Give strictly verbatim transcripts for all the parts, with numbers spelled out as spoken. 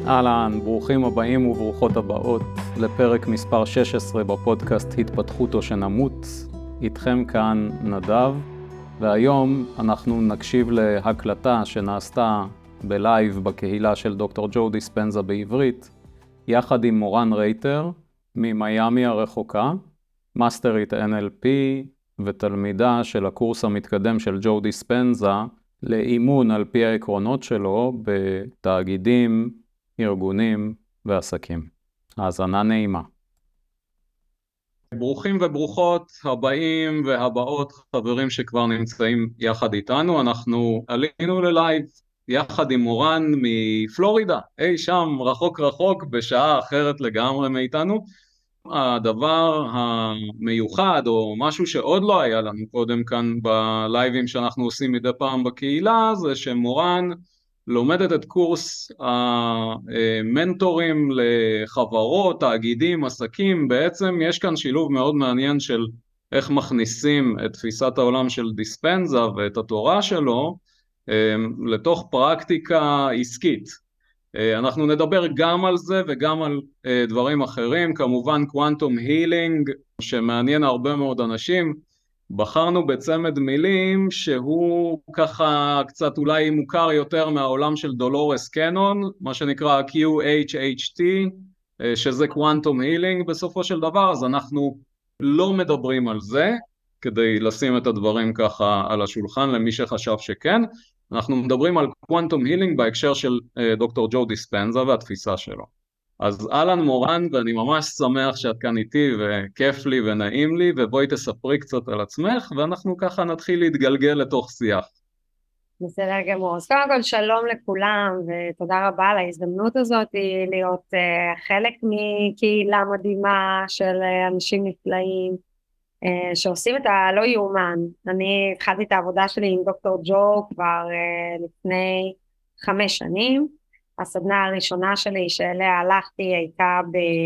אהלן, ברוכים הבאים וברוכות הבאות לפרק מספר שש עשרה בפודקאסט התפתחות או שנמות. איתכם כאן נדב, והיום אנחנו נקשיב להקלטה שנעשתה בלייב בקהילה של דוקטור ג'ו דיספנזה בעברית, יחד עם מורן רייטר ממיימי הרחוקה, מאסטרית אן אל פי ותלמידה של הקורס המתקדם של ג'ו דיספנזה לאימון על פי העקרונות שלו בתאגידים, ארגונים ועסקים. האזנה נעימה. ברוכים וברוכות הבאים והבאות, חברים שכבר נמצאים יחד איתנו. אנחנו עלינו ללייב יחד עם מורן מפלורידה, אי שם רחוק רחוק בשעה אחרת לגמרי מאיתנו. הדבר המיוחד או משהו שעוד לא היה לנו קודם כאן בלייבים שאנחנו עושים מדי פעם בקהילה, זה שמורן לומדת את קורס המנטורים לחברות, תאגידים, עסקים. בעצם יש כאן שילוב מאוד מעניין של איך מכניסים את תפיסת העולם של דיספנזה ואת התורה שלו לתוך פרקטיקה עסקית. אנחנו נדבר גם על זה וגם על דברים אחרים, כמובן קוונטום הילינג שמעניין הרבה מאוד אנשים. בחרנו בצמד מילים שהוא ככה קצת אולי מוכר יותר מהעולם של דולורס קנון, מה שנקרא קיו אייץ' אייץ' טי, שזה קוונטום הילינג בסופו של דבר. אז אנחנו לא מדברים על זה, כדי לשים את הדברים ככה על השולחן למי שחשב שכן. אנחנו מדברים על קוונטום הילינג בהקשר של דוקטור ג'ו דיספנזה והתפיסה שלו. אז אהלן מורן, ואני ממש שמח שאת כאן איתי, וכיף לי ונעים לי, ובואי תספרי קצת על עצמך, ואנחנו ככה נתחיל להתגלגל לתוך שיח. בסדר גמור. אז קודם כל שלום לכולם, ותודה רבה על ההזדמנות הזאת להיות uh, חלק מקהילה מדהימה של uh, אנשים נפלאים, uh, שעושים את הלא יאומן. אני התחלתי את העבודה שלי עם דוקטור ג'ו כבר uh, לפני חמש שנים, הסדנה הראשונה שלי שאליה הלכתי הייתה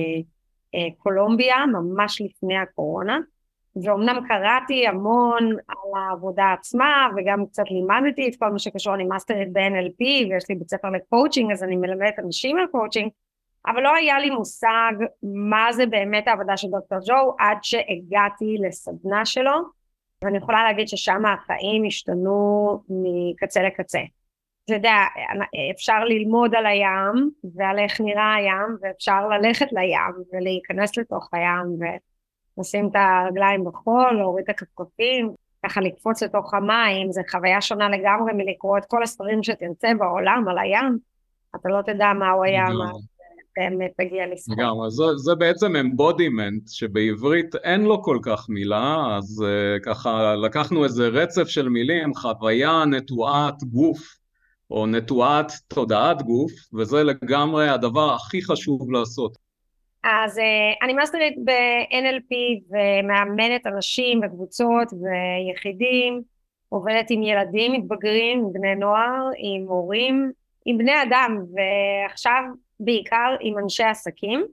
בקולומביה, ממש לפני הקורונה, ואומנם קראתי המון על העבודה עצמה, וגם קצת לימדתי את כל מה שקשור, אני מאסטרית ב-אן אל פי, ויש לי בית ספר לקואוצ'ינג, אז אני מלמדת אנשים על קואוצ'ינג, אבל לא היה לי מושג מה זה באמת העבודה של דוקטור ג'ו, עד שהגעתי לסדנה שלו, ואני יכולה להגיד ששם החיים השתנו מקצה לקצה. אתה יודע, אפשר ללמוד על הים ועל איך נראה הים, ואפשר ללכת לים ולהיכנס לתוך הים ולשים את הרגליים בחול, להוריד את הכפכפים, ככה לקפוץ לתוך המים. זה חוויה שונה לגמרי מלקרוא את כל הספרים שתרצה בעולם על הים, אתה לא תדע מהו הים, באמת תגיע לספור. גם, זה, זה בעצם embodiment שבעברית אין לו כל כך מילה, אז uh, ככה לקחנו איזה רצף של מילים, חוויה, נטועת גוף, או נטועת תודעת גוף, וזה לגמרי הדבר הכי חשוב לעשות. אז אני מאסטרית ב-אן אל פי ומאמנת אנשים וקבוצות ויחידים, עובדת עם ילדים מתבגרים, עם בני נוער, עם הורים, עם בני אדם, ועכשיו בעיקר עם אנשי עסקים,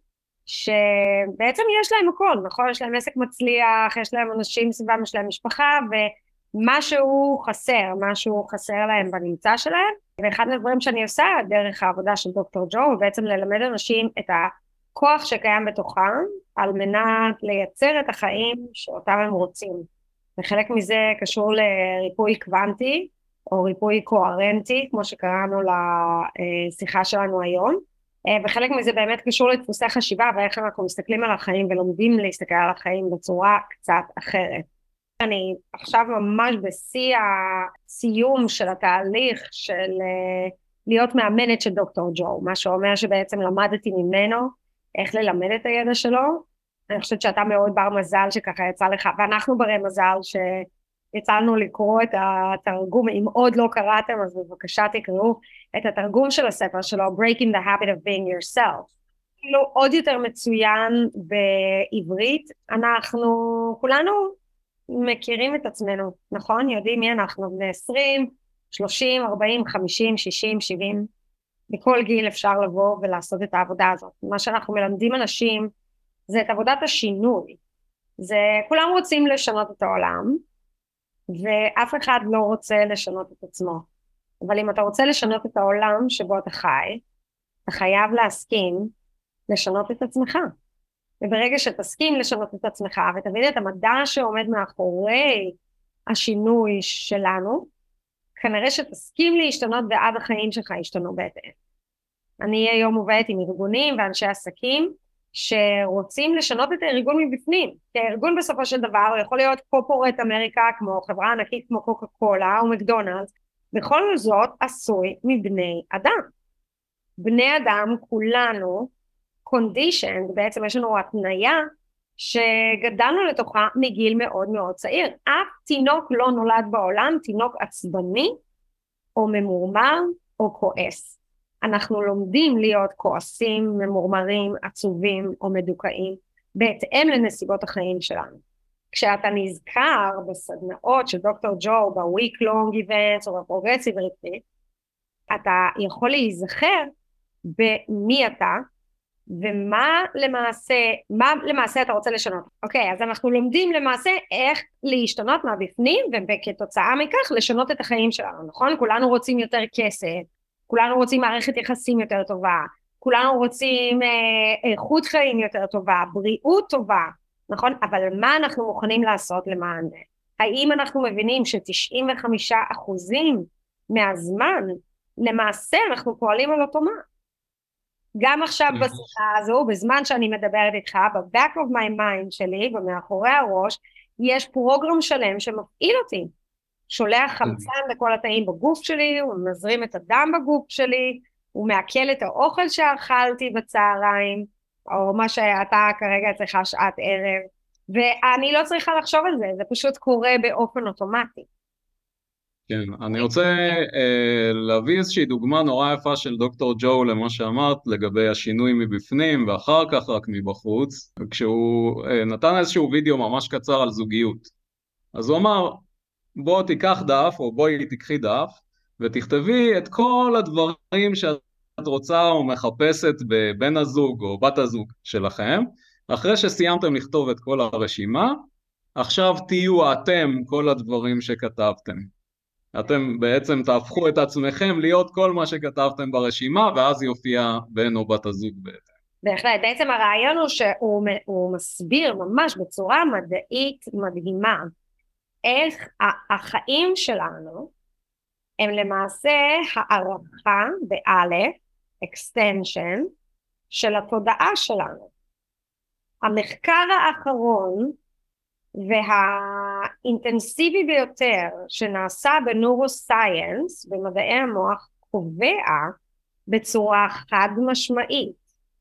שבעצם יש להם הכל, נכון? יש להם עסק מצליח, יש להם אנשים סביבם, יש להם משפחה, ומשהו חסר, משהו חסר להם בנמצא שלהם. ואחד הדברים שאני עושה דרך העבודה של דוקטור ג'ו הוא בעצם ללמד אנשים את הכוח שקיים בתוכם על מנת לייצר את החיים שאותם הם רוצים. וחלק מזה קשור לריפוי קוונטי או ריפוי קוהרנטי כמו שקראנו לשיחה שלנו היום, וחלק מזה באמת קשור לדפוסי חשיבה ואיך אנחנו מסתכלים על החיים ולומדים להסתכל על החיים בצורה קצת אחרת. אני עכשיו ממש בשיא הסיום של התהליך של להיות מאמנת של דוקטור ג'ו, מה שאומר שבעצם למדתי ממנו איך ללמד את הידע שלו. אני חושבת שאתה מאוד בר מזל שככה יצא לך, ואנחנו ברי מזל שיצאנו לקרוא את התרגום. אם עוד לא קראתם אז בבקשה תקראו את התרגום של הספר שלו, Breaking the Habit of Being Yourself. כאילו עוד יותר מצוין בעברית. אנחנו כולנו מכירים את עצמנו, נכון? יודעים מי אנחנו, בני עשרים, שלושים, ארבעים, חמישים, שישים, שבעים, בכל גיל אפשר לבוא ולעשות את העבודה הזאת. מה שאנחנו מלמדים אנשים זה את עבודת השינוי. זה, כולם רוצים לשנות את העולם, ואף אחד לא רוצה לשנות את עצמו. אבל אם אתה רוצה לשנות את העולם שבו אתה חי, אתה חייב להסכים לשנות את עצמך. וברגע שתסכים לשנות את עצמך ותבין את המדע שעומד מאחורי השינוי שלנו, כנראה שתסכים להשתנות ועד החיים שלך ישתנו בהתאם. אני היום עובדת עם ארגונים ואנשי עסקים שרוצים לשנות את הארגון מבפנים, כי הארגון בסופו של דבר יכול להיות קורפורט אמריקה כמו חברה ענקית כמו קוקה קולה או מקדונלדס, בכל זאת עשוי מבני אדם. בני אדם כולנו conditioned, בעצם יש לנו התניה שגדלנו לתוכה מגיל מאוד מאוד צעיר. אף תינוק לא נולד בעולם תינוק עצבני או ממורמר או כועס. אנחנו לומדים להיות כועסים, ממורמרים, עצובים או מדוכאים בהתאם לנסיבות החיים שלנו. כשאתה נזכר בסדנאות של דוקטור ג'ו ב-week long events או ב-progressive retreat, אתה יכול להיזכר במי אתה ומה למעשה, מה למעשה אתה רוצה לשנות. אוקיי, אז אנחנו לומדים למעשה איך להשתנות מהבפנים וכתוצאה מכך לשנות את החיים שלנו, נכון? כולנו רוצים יותר כסף, כולנו רוצים מערכת יחסים יותר טובה, כולנו רוצים אה, איכות חיים יותר טובה, בריאות טובה, נכון? אבל מה אנחנו מוכנים לעשות למען זה? האם אנחנו מבינים ש-תשעים וחמישה אחוזים מהזמן למעשה אנחנו פועלים על אוטומט? גם עכשיו בשיחה הזו, בזמן שאני מדברת איתך, ב-back of my mind שלי, ומאחורי הראש, יש פרוגרם שלם שמפעיל אותי. שולח חמצן לכל התאים בגוף שלי, הוא מזרים את הדם בגוף שלי, הוא מעכל את האוכל שאכלתי בצהריים, או מה שאתה כרגע צריכה שעת ערב, ואני לא צריכה לחשוב על זה, זה פשוט קורה באופן אוטומטי. כן, אני רוצה אה, להביא איזושהי דוגמה נורא יפה של דוקטור ג'ו למה שאמרת לגבי השינוי מבפנים ואחר כך רק מבחוץ, כשהוא אה, נתן איזשהו וידאו ממש קצר על זוגיות. אז הוא אמר, בוא תיקח דף או בואי תיקחי דף ותכתבי את כל הדברים שאת רוצה או מחפשת בבן הזוג או בת הזוג שלכם. אחרי שסיימתם לכתוב את כל הרשימה, עכשיו תהיו אתם כל הדברים שכתבתם. אתם בעצם תהפכו את עצמכם להיות כל מה שכתבתם ברשימה, ואז יופיע בן או בת הזוג בעצם. בהחלט, בעצם הרעיון הוא שהוא מסביר ממש בצורה מדעית מדהימה, איך החיים שלנו הם למעשה הערכה באלף, extension, של התודעה שלנו. המחקר האחרון והאינטנסיבי ביותר שנעשה בנורוסייאנס, במדעי המוח, קובע בצורה חד משמעית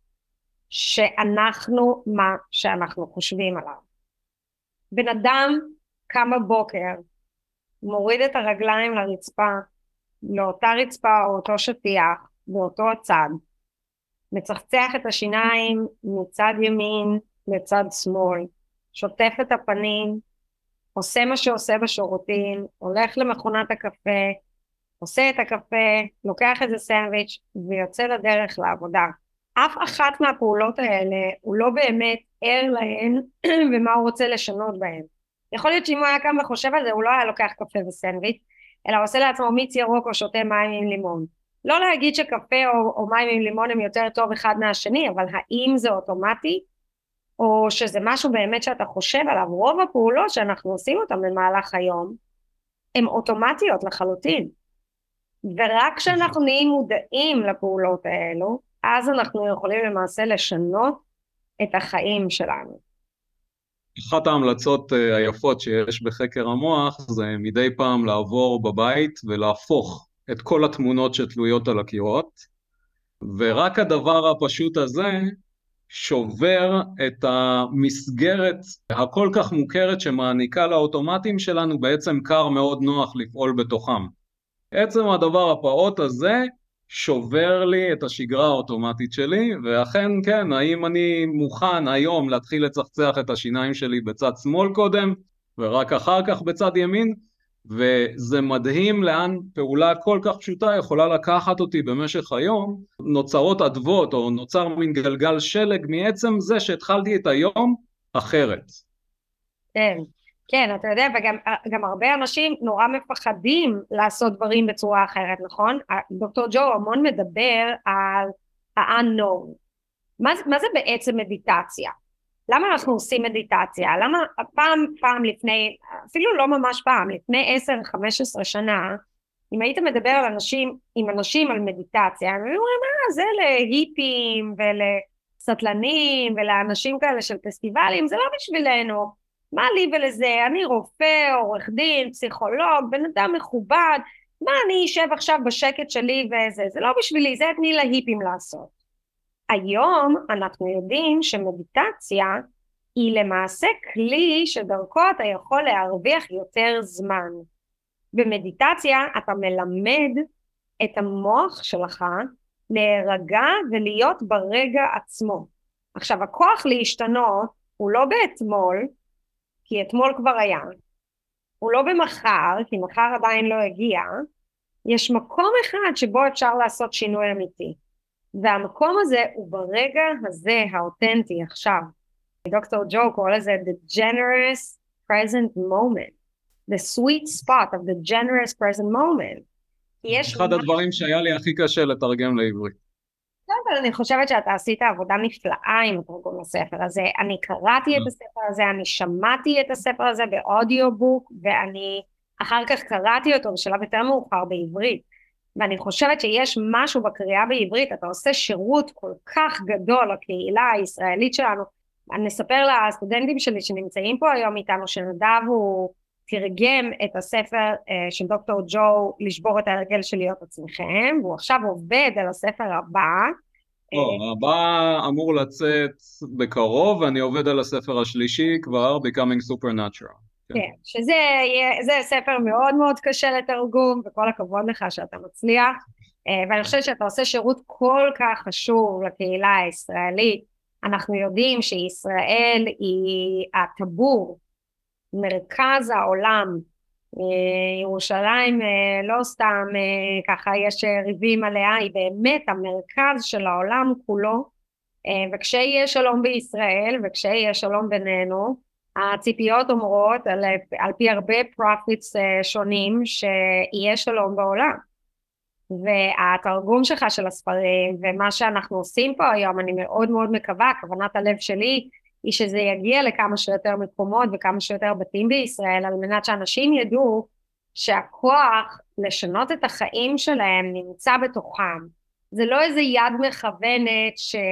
שאנחנו מה שאנחנו חושבים עליו. בן אדם קם בבוקר, מוריד את הרגליים לרצפה, לאותה רצפה או אותו שטיח, באותו הצד, מצחצח את השיניים מצד ימין לצד שמאל, שוטף את הפנים, עושה מה שעושה בשירותים, הולך למכונת הקפה, עושה את הקפה, לוקח איזה סנדוויץ' ויוצא לדרך לעבודה. אף אחת מהפעולות האלה הוא לא באמת ער להן ומה הוא רוצה לשנות בהן. יכול להיות שאם הוא היה קם וחושב על זה, הוא לא היה לוקח קפה וסנדוויץ', אלא עושה לעצמו מיץ ירוק או שותה מים עם לימון. לא להגיד שקפה או, או מים עם לימון הם יותר טוב אחד מהשני, אבל האם זה אוטומטי? או שזה משהו באמת שאתה חושב עליו? רוב הפעולות שאנחנו עושים אותן במהלך היום, הן אוטומטיות לחלוטין. ורק כשאנחנו נהיים מודעים לפעולות האלו, אז אנחנו יכולים למעשה לשנות את החיים שלנו. אחת ההמלצות היפות שיש בחקר המוח זה מדי פעם לעבור בבית ולהפוך את כל התמונות שתלויות על הקירות, ורק הדבר הפשוט הזה שובר את המסגרת הכל כך מוכרת שמעניקה לאוטומטים שלנו בעצם קר מאוד נוח לפעול בתוכם. עצם הדבר הפעוט הזה שובר לי את השגרה האוטומטית שלי, ואכן כן, האם אני מוכן היום להתחיל לצחצח את השיניים שלי בצד שמאל קודם, ורק אחר כך בצד ימין, וזה מדהים לאן פעולה כל כך פשוטה יכולה לקחת אותי במשך היום, נוצרות עדבות או נוצר מין גלגל שלג מעצם זה שהתחלתי את היום אחרת. כן. כן, אתה יודע, וגם גם הרבה אנשים נורא מפחדים לעשות דברים בצורה אחרת, נכון? דוקטור ג'ו המון מדבר על ה-unknown. מה, מה זה בעצם מדיטציה? למה אנחנו עושים מדיטציה? למה פעם, פעם לפני, אפילו לא ממש פעם, לפני עשר חמש עשרה שנה, אם היית מדבר על אנשים, עם אנשים על מדיטציה, הם אומרים, מה, זה להיפים ולסטלנים ולאנשים כאלה של פסטיבלים, זה לא בשבילנו. מה לי ולזה? אני רופא, עורך דין, פסיכולוג, בן אדם מכובד, מה אני אשב עכשיו בשקט שלי וזה? זה לא בשבילי, זה תני להיפים לעשות. היום אנחנו יודעים שמדיטציה היא למעשה כלי שדרכו אתה יכול להרוויח יותר זמן. במדיטציה אתה מלמד את המוח שלך להירגע ולהיות ברגע עצמו. עכשיו הכוח להשתנות הוא לא באתמול, כי אתמול כבר היה, הוא לא במחר, כי מחר עדיין לא הגיע, יש מקום אחד שבו אפשר לעשות שינוי אמיתי. והמקום הזה הוא ברגע הזה האותנטי עכשיו. דוקטור ג'ו קורא לזה the generous present moment, the sweet spot of the generous present moment. אחד הדברים שהיה לי הכי קשה לתרגם לעברית. אבל אני חושבת שאתה עשית עבודה נפלאה עם התרגום לספר הזה. אני קראתי את הספר הזה, אני שמעתי את הספר הזה באודיובוק, ואני אחר כך קראתי אותו בשלב יותר מאוחר בעברית. ואני חושבת שיש משהו בקריאה בעברית, אתה עושה שירות כל כך גדול לקהילה הישראלית שלנו. אני אספר לסטודנטים שלי שנמצאים פה היום איתנו, שנדב הוא תרגם את הספר של דוקטור ג'ו, לשבור את ההרגל של להיות עצמכם, והוא עכשיו עובד על הספר הבא. לא, הבא אמור לצאת בקרוב, ואני עובד על הספר השלישי כבר, Becoming Supernatural. כן, שזה זה ספר מאוד מאוד קשה לתרגום, וכל הכבוד לך שאתה מצליח, ואני חושבת שאתה עושה שירות כל כך חשוב לקהילה הישראלית. אנחנו יודעים שישראל היא הטבור, מרכז העולם, ירושלים לא סתם ככה יש ריבים עליה, היא באמת המרכז של העולם כולו, וכשיהיה שלום בישראל וכשיהיה שלום בינינו, הציפיות אומרות על, על פי הרבה פרופיטס שונים שיהיה שלום בעולם. והתרגום שלך של הספרים ומה שאנחנו עושים פה היום, אני מאוד מאוד מקווה, כוונת הלב שלי היא שזה יגיע לכמה שיותר מקומות וכמה שיותר בתים בישראל, על מנת שאנשים ידעו שהכוח לשנות את החיים שלהם נמצא בתוכם. זה לא איזה יד מכוונת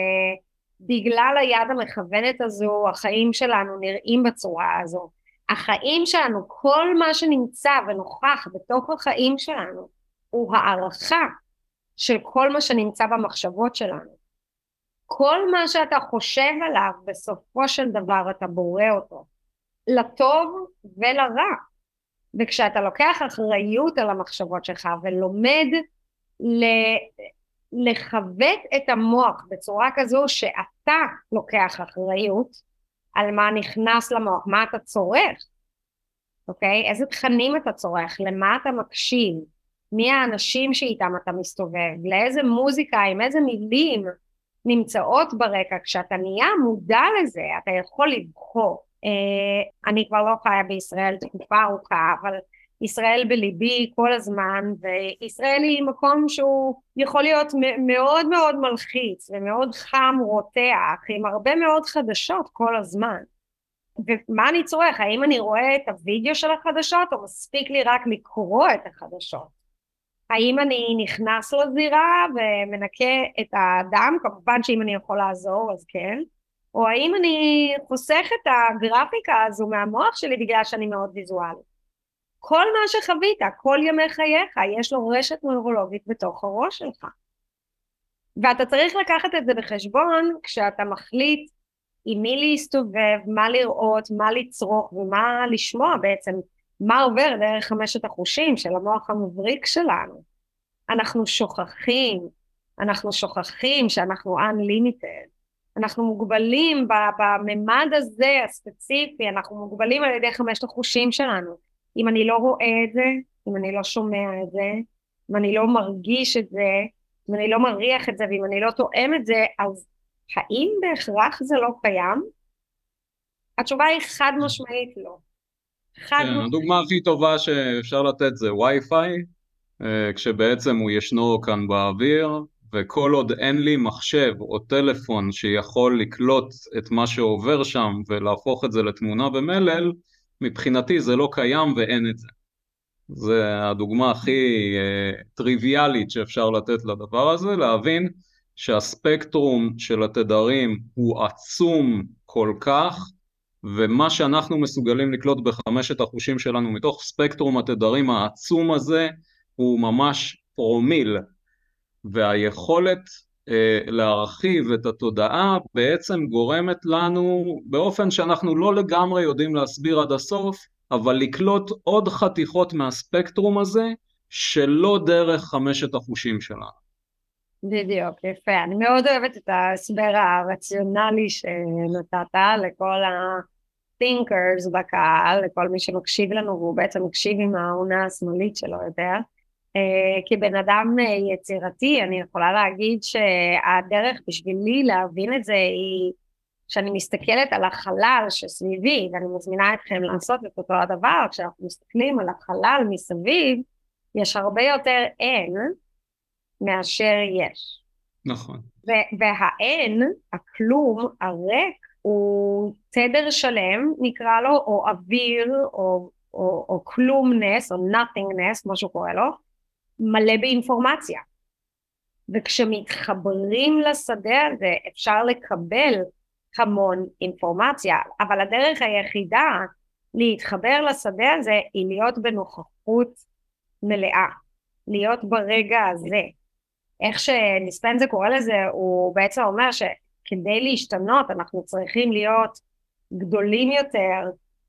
שבגלל היד המכוונת הזו החיים שלנו נראים בצורה הזו. החיים שלנו, כל מה שנמצא ונוכח בתוך החיים שלנו הוא הערכה של כל מה שנמצא במחשבות שלנו. כל מה שאתה חושב עליו בסופו של דבר אתה בורא אותו, לטוב ולרע. וכשאתה לוקח אחריות על המחשבות שלך ולומד לכוות את המוח בצורה כזו שאתה לוקח אחריות על מה נכנס למוח, מה אתה צורך, אוקיי? איזה תכנים אתה צורך, למה אתה מקשיב, מי האנשים שאיתם אתה מסתובב, לאיזה מוזיקה, עם איזה מילים נמצאות ברקע. כשאתה נהיה מודע לזה, אתה יכול לבחור. אני כבר לא חיה בישראל תקופה ארוכה, אבל ישראל בליבי כל הזמן, וישראל היא מקום שהוא יכול להיות מאוד מאוד מלחיץ, ומאוד חם רותח, עם הרבה מאוד חדשות כל הזמן. ומה אני צורך? האם אני רואה את הוידאו של החדשות, או מספיק לי רק לקרוא את החדשות? האם אני נכנס לזירה ומנקה את האדם, כמובן שאם אני יכול לעזור אז כן, או האם אני חוסך את הגרפיקה הזו מהמוח שלי בגלל שאני מאוד ויזואלי. כל מה שחווית, כל ימי חייך, יש לו רשת נוירולוגית בתוך הראש שלך. ואתה צריך לקחת את זה בחשבון כשאתה מחליט עם מי להסתובב, מה לראות, מה לצרוך ומה לשמוע בעצם, מה עובר דרך חמשת החושים של המוח המבריק שלנו. אנחנו שוכחים, אנחנו שוכחים שאנחנו unlimited, אנחנו מוגבלים בממד הזה הספציפי, אנחנו מוגבלים על ידי חמשת החושים שלנו. אם אני לא רואה את זה, אם אני לא שומע את זה, אם אני לא מרגיש את זה, אם אני לא מריח את זה, ואם אני לא תואם את זה, אז האם בהכרח זה לא קיים? התשובה היא חד משמעית לא. כן, הדוגמה הכי טובה שאפשר לתת זה וי-פיי, כשבעצם הוא ישנו כאן באוויר, וכל עוד אין לי מחשב או טלפון שיכול לקלוט את מה שעובר שם ולהפוך את זה לתמונה במלל, מבחינתי זה לא קיים ואין את זה. זה הדוגמה הכי uh, טריוויאלית שאפשר לתת לדבר הזה, להבין שהספקטרום של התדרים הוא עצום כל כך, ומה שאנחנו מסוגלים לקלוט בחמשת החושים שלנו מתוך ספקטרום התדרים העצום הזה הוא ממש פרומיל, והיכולת אה, להרחיב את התודעה בעצם גורמת לנו באופן שאנחנו לא לגמרי יודעים להסביר עד הסוף, אבל לקלוט עוד חתיכות מהספקטרום הזה שלא דרך חמשת החושים שלנו. בדיוק, יפה. אני מאוד אוהבת את ההסבר הרציונלי שנתת לכל ה-thinkers בקהל, לכל מי שמקשיב לנו, והוא בעצם מקשיב עם העונה השמאלית שלו יותר. כבן אדם יצירתי, אני יכולה להגיד שהדרך בשבילי להבין את זה היא שאני מסתכלת על החלל שסביבי, ואני מזמינה אתכם לעשות את אותו הדבר. כשאנחנו מסתכלים על החלל מסביב, יש הרבה יותר אין מאשר יש. נכון. והאין, הכלום, הריק, הוא תדר שלם, נקרא לו, או אוויר, או, או, או כלום נס, או nothingness, כמו שהוא קורא לו, מלא באינפורמציה. וכשמתחברים לשדה הזה, אפשר לקבל המון אינפורמציה, אבל הדרך היחידה להתחבר לשדה הזה, היא להיות בנוכחות מלאה, להיות ברגע הזה. איך שדיספנזה קורא לזה, הוא בעצם אומר שכדי להשתנות אנחנו צריכים להיות גדולים יותר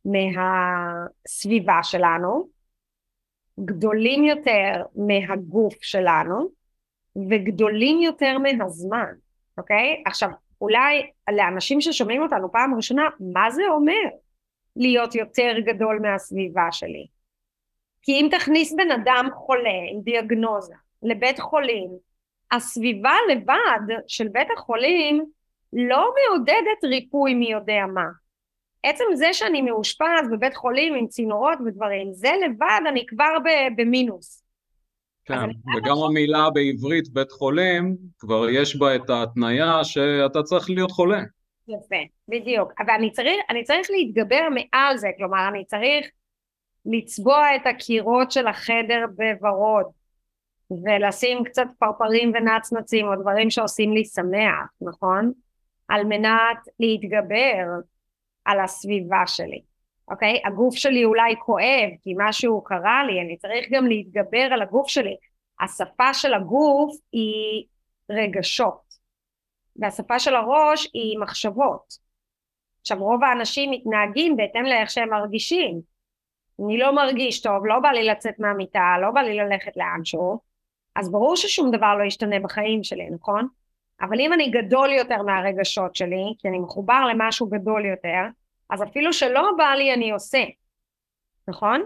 מהסביבה שלנו, גדולים יותר מהגוף שלנו, וגדולים יותר מהזמן, אוקיי? עכשיו, אולי לאנשים ששומעים אותנו פעם ראשונה, מה זה אומר להיות יותר גדול מהסביבה שלי? כי אם תכניס בן אדם חולה עם דיאגנוזה לבית חולים, הסביבה לבד של בית החולים לא מעודדת ריפוי מי יודע מה. עצם זה שאני מאושפז בבית חולים עם צינורות ודברים, זה לבד אני כבר במינוס. כן, וגם המילה בעברית בית חולים, כבר יש בה את ההתניה שאתה צריך להיות חולה. יפה, בדיוק. אבל אני צריך, אני צריך להתגבר מעל זה, כלומר אני צריך לצבוע את הקירות של החדר בוורוד, ולשים קצת פרפרים ונצנצים, או דברים שעושים לי שמח, נכון? על מנת להתגבר על הסביבה שלי. אוקיי? הגוף שלי אולי כואב, כי משהו קרה לי, אני צריך גם להתגבר על הגוף שלי. השפה של הגוף היא רגשות, והשפה של הראש היא מחשבות. עכשיו, רוב האנשים מתנהגים בהתאם לאיך שהם מרגישים. אני לא מרגיש טוב, לא בא לי לצאת מהמיטה, לא בא לי ללכת לאנשהו, אז ברור ששום דבר לא ישתנה בחיים שלי, נכון? אבל אם אני גדול יותר מהרגשות שלי, כי אני מחובר למשהו גדול יותר, אז אפילו שלא בא לי אני עושה, נכון?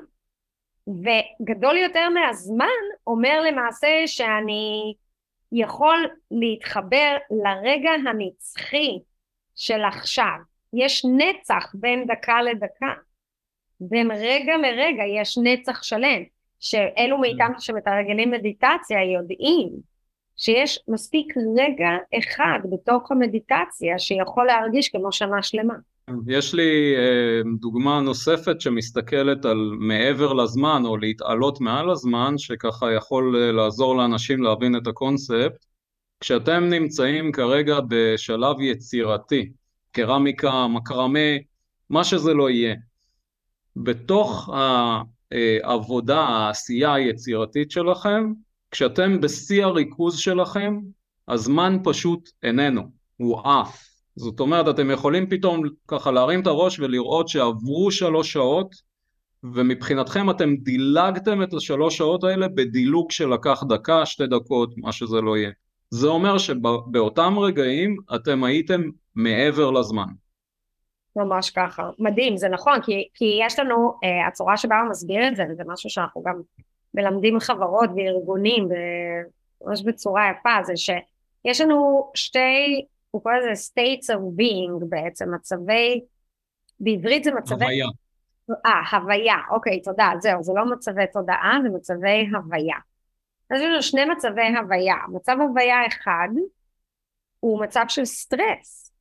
וגדול יותר מהזמן אומר למעשה שאני יכול להתחבר לרגע הנצחי של עכשיו. יש נצח בין דקה לדקה, בין רגע מרגע יש נצח שלם, שאלו מאיתם שמתרגלים מדיטציה יודעים שיש מספיק רגע אחד בתוך המדיטציה שיכול להרגיש כמו שנה שלמה. יש לי דוגמה נוספת שמסתכלת על מעבר לזמן או להתעלות מעל הזמן, שככה יכול לעזור לאנשים להבין את הקונספט. כשאתם נמצאים כרגע בשלב יצירתי, קרמיקה, מקרמה, מה שזה לא יהיה, בתוך העבודה, העשייה היצירתית שלכם, כשאתם בשיא הריכוז שלכם, הזמן פשוט איננו, הוא עף. זאת אומרת, אתם יכולים פתאום ככה להרים את הראש ולראות שעברו שלוש שעות, ומבחינתכם אתם דילגתם את השלוש שעות האלה בדילוג שלקח דקה, שתי דקות, מה שזה לא יהיה. זה אומר שבאותם רגעים אתם הייתם מעבר לזמן. ממש ככה, מדהים, זה נכון, כי, כי יש לנו, uh, הצורה שבה הוא מסביר את זה, זה משהו שאנחנו גם מלמדים חברות וארגונים, ממש בצורה יפה, זה שיש לנו שתי, הוא קורא לזה states of being בעצם, מצבי, בעברית זה מצבי... הוויה. אה, הוויה, אוקיי, תודה, זהו, זה לא מצבי תודעה, זה מצבי הוויה. אז יש לנו שני מצבי הוויה. מצב הוויה אחד הוא מצב של סטרס,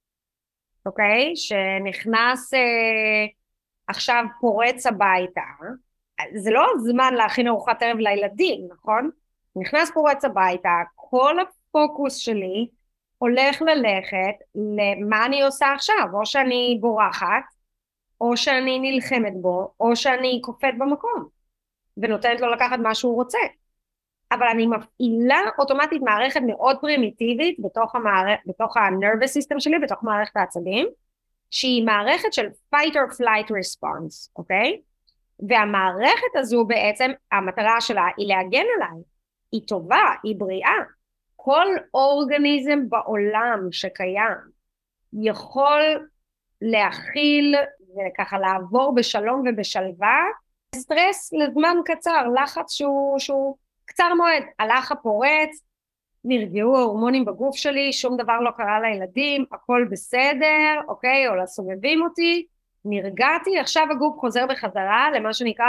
אוקיי? שנכנס אה, עכשיו פורץ הביתה, זה לא זמן להכין ארוחת ערב לילדים, נכון? נכנס פורץ הביתה, כל הפוקוס שלי הולך ללכת למה אני עושה עכשיו, או שאני בורחת, או שאני נלחמת בו, או שאני קופאת במקום, ונותנת לו לקחת מה שהוא רוצה. אבל אני מפעילה אוטומטית מערכת מאוד פרימיטיבית בתוך, המערכ... בתוך ה-nervous system שלי, בתוך מערכת העצבים, שהיא מערכת של fight or flight response, אוקיי? והמערכת הזו בעצם, המטרה שלה היא להגן עליי, היא טובה, היא בריאה. כל אורגניזם בעולם שקיים יכול להכיל וככה לעבור בשלום ובשלווה, סטרס לזמן קצר, לחץ שהוא, שהוא קצר מועד, הלך הפורץ, נרגעו ההורמונים בגוף שלי, שום דבר לא קרה לילדים, הכל בסדר, אוקיי, או לסובבים אותי, נרגעתי, עכשיו הגוף חוזר בחזרה למה שנקרא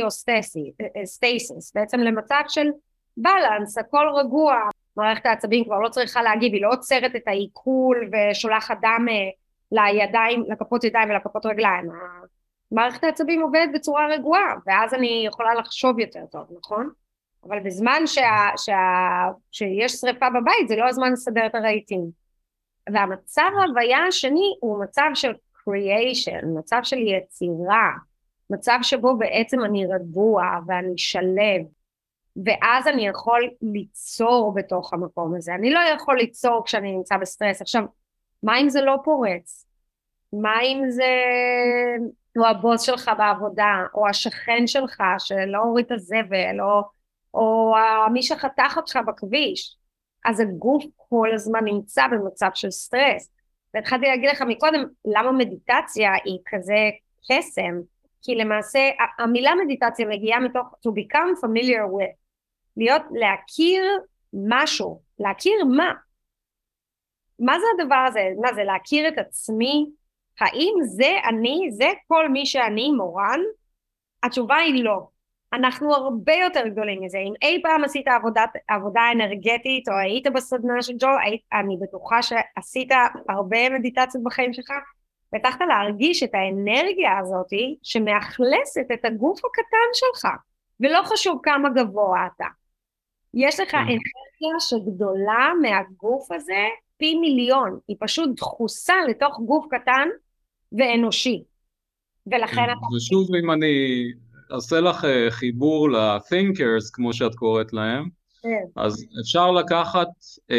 הומיוסטסיס, בעצם למצב של בלנס, הכל רגוע, מערכת העצבים כבר לא צריכה להגיב, היא לא עוצרת את העיכול ושולחת דם לידיים, לכפות ידיים ולכפות רגליים, מערכת העצבים עובדת בצורה רגועה, ואז אני יכולה לחשוב יותר טוב, נכון? אבל בזמן שה, שה, שיש שריפה בבית, זה לא הזמן לסדר את הרהיטים. והמצב ההוויה השני הוא מצב של creation, מצב של יצירה, מצב שבו בעצם אני רגוע ואני שלב, ואז אני יכול ליצור בתוך המקום הזה. אני לא יכול ליצור כשאני נמצא בסטרס. עכשיו, מה אם זה לא פורץ? מה אם זה או הבוס שלך בעבודה, או השכן שלך שלא הוריד את הזבל, או, או מי שחתך אותך בכביש? אז הגוף כל הזמן נמצא במצב של סטרס. והתחלתי להגיד לך מקודם, למה מדיטציה היא כזה קסם? כי למעשה, המילה מדיטציה מגיעה מתוך to become familiar with, להיות, להכיר משהו, להכיר מה? מה זה הדבר הזה? מה זה, להכיר את עצמי? האם זה אני, זה כל מי שאני, מורן? התשובה היא לא. אנחנו הרבה יותר גדולים מזה. אם אי פעם עשית עבודה, עבודה אנרגטית, או היית בסדנה של ג'ו, אני בטוחה שעשית הרבה מדיטציות בחיים שלך, וצריכת להרגיש את האנרגיה הזאת, שמאכלסת את הגוף הקטן שלך, ולא חשוב כמה גבוה אתה. יש לך אנרגיה שגדולה מהגוף הזה, פי מיליון, היא פשוט דחוסה לתוך גוף קטן ואנושי. ולכן אתה... ושוב, אם אני אעשה לך חיבור ל-thinkers, כמו שאת קוראת להם, אז אפשר לקחת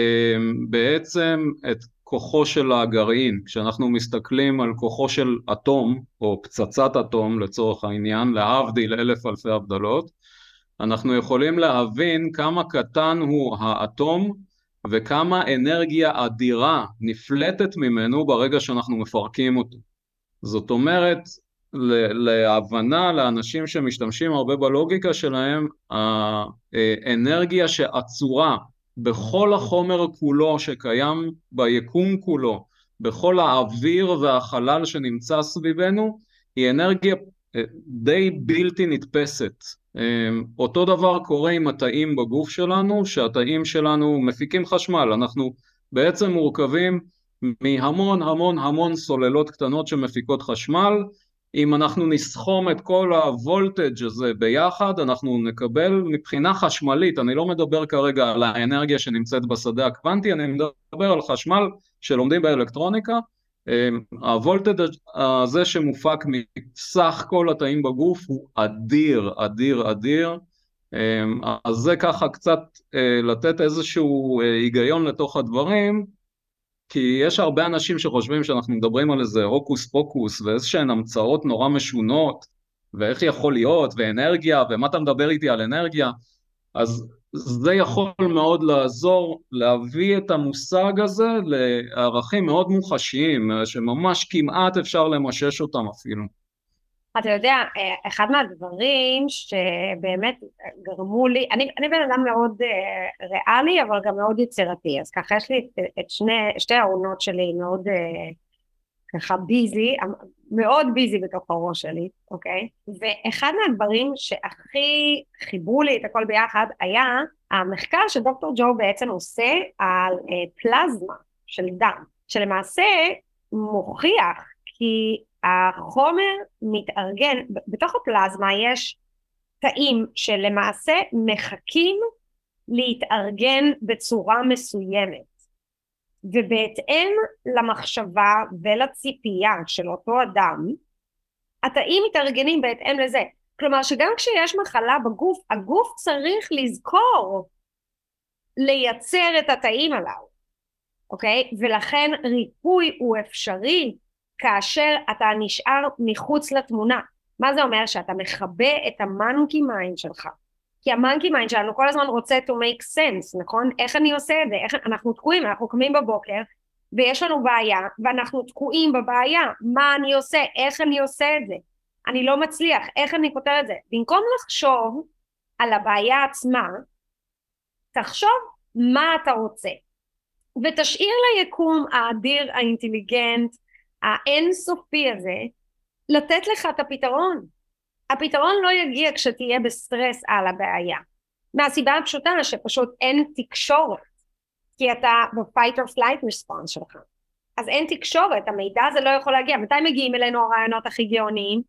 בעצם את כוחו של הגרעין. כשאנחנו מסתכלים על כוחו של אטום, או פצצת אטום לצורך העניין, להבדיל אלף אלפי הבדלות, אנחנו יכולים להבין כמה קטן הוא האטום, וכמה אנרגיה אדירה נפלטת ממנו ברגע שאנחנו מפרקים אותו. זאת אומרת, להבנה לאנשים שמשתמשים הרבה בלוגיקה שלהם, האנרגיה שעצורה בכל החומר כולו שקיים ביקום כולו, בכל האוויר והחלל שנמצא סביבנו, היא אנרגיה די בלתי נתפסת. אותו דבר קורה עם התאים בגוף שלנו, שהתאים שלנו מפיקים חשמל. אנחנו בעצם מורכבים מהמון המון המון סוללות קטנות שמפיקות חשמל. אם אנחנו נסכום את כל הוולטג' הזה ביחד, אנחנו נקבל מבחינה חשמלית, אני לא מדבר כרגע על האנרגיה שנמצאת בשדה הקוונטי, אני מדבר על חשמל שלומדים באלקטרוניקה, הוולטג' הזה שמופק מסך כל התאים בגוף הוא אדיר, אדיר, אדיר. אז זה ככה קצת לתת איזשהו היגיון לתוך הדברים, כי יש הרבה אנשים שחושבים שאנחנו מדברים על איזה הוקוס פוקוס, ואיזשהן המצאות נורא משונות, ואיך יכול להיות, ואנרגיה, ומה אתה מדבר איתי על אנרגיה, אז זה יכול מאוד לעזור להביא את המושג הזה לערכים מאוד מוחשיים, שממש כמעט אפשר למשש אותם אפילו. אתה יודע, אחד מהדברים שבאמת גרמו לי, אני, אני בן אדם מאוד ריאלי, אבל גם מאוד יצירתי, אז ככה יש לי את שני, שתי העונות שלי מאוד ככה ביזי, מאוד ביזי בתוך הראש שלי, אוקיי? ואחד מהדברים שהכי חיברו לי את הכל ביחד היה המחקר שדוקטור ג'ו בעצם עושה על אה, פלזמה של דם, שלמעשה מוכיח כי החומר מתארגן, בתוך הפלזמה יש תאים שלמעשה מחכים להתארגן בצורה מסוימת, ובהתאם למחשבה ולציפייה של אותו אדם, התאים מתארגנים בהתאם לזה. כלומר שגם כשיש מחלה בגוף, הגוף צריך לזכור לייצר את התאים הללו, אוקיי? ולכן ריפוי הוא אפשרי כאשר אתה נשאר מחוץ לתמונה. מה זה אומר? שאתה מכבה את המנקי מיינד שלך. כי המנקי מיינד שלנו כל הזמן רוצה to make sense, נכון? איך אני עושה את זה? איך... אנחנו תקועים, אנחנו קמים בבוקר, ויש לנו בעיה, ואנחנו תקועים בבעיה. מה אני עושה? איך אני עושה את זה? אני לא מצליח, איך אני פותר את זה? במקום לחשוב על הבעיה עצמה, תחשוב מה אתה רוצה. ותשאיר ליקום האדיר, האינטליגנט, האינסופי הזה, לתת לך את הפתרון. הפתרון לא יגיע כשתהיה בסטרס על הבעיה. מהסיבה הפשוטה שפשוט אין תקשורת, כי אתה ב-fight or flight response שלך. אז אין תקשורת, המידע הזה לא יכול להגיע. מתי מגיעים אלינו הרעיונות הכי גאוניים?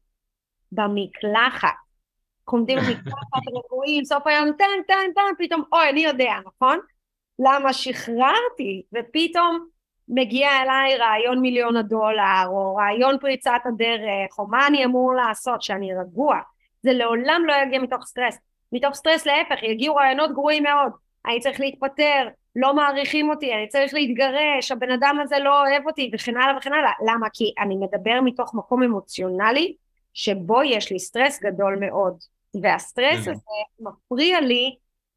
במקלחת. עומדים במקלחת רגועים, סוף היום, טן, טן, טן, פתאום, אוי, אני יודע, נכון? למה שחררתי, ופתאום מגיע אליי רעיון מיליון הדולר, או רעיון פריצת הדרך, או מה אני אמור לעשות, שאני רגוע. זה לעולם לא יגיע מתוך סטרס. מתוך סטרס להפך, יגיעו רעיונות גרועים מאוד. אני צריך להתפטר, לא מעריכים אותי, אני צריך להתגרש, הבן אדם הזה לא אוהב אותי, וכן הלאה וכן הלאה. למה? כי אני מדבר מתוך מקום אמוציונלי, שבו יש לי סטרס גדול מאוד. והסטרס הזה מפריע לי,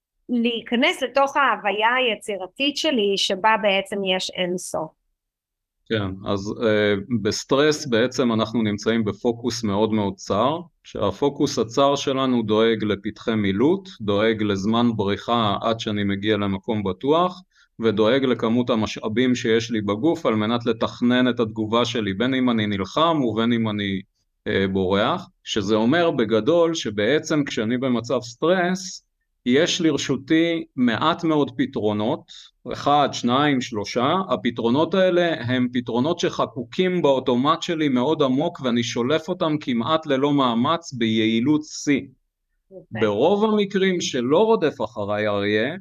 להיכנס לתוך ההוויה היצירתית שלי שבה בעצם יש אין סוף. כן, אז אה, בסטרס בעצם אנחנו נמצאים בפוקוס מאוד מאוד צר, שהפוקוס הצר שלנו דואג לפתחי מילוט, דואג לזמן בריחה עד שאני מגיע למקום בטוח, ודואג לכמות המשאבים שיש לי בגוף על מנת לתכנן את התגובה שלי, בין אם אני נלחם ובין אם אני אה, בורח, שזה אומר בגדול שבעצם כשאני במצב סטרס, יש לרשותי מעט מאוד פתרונות, אחד, שניים, שלושה, הפתרונות האלה הם פתרונות שחקוקים באוטומט שלי מאוד עמוק ואני שולף אותם כמעט ללא מאמץ ביעילות C. ברוב המקרים שלא רודף אחריי אריה,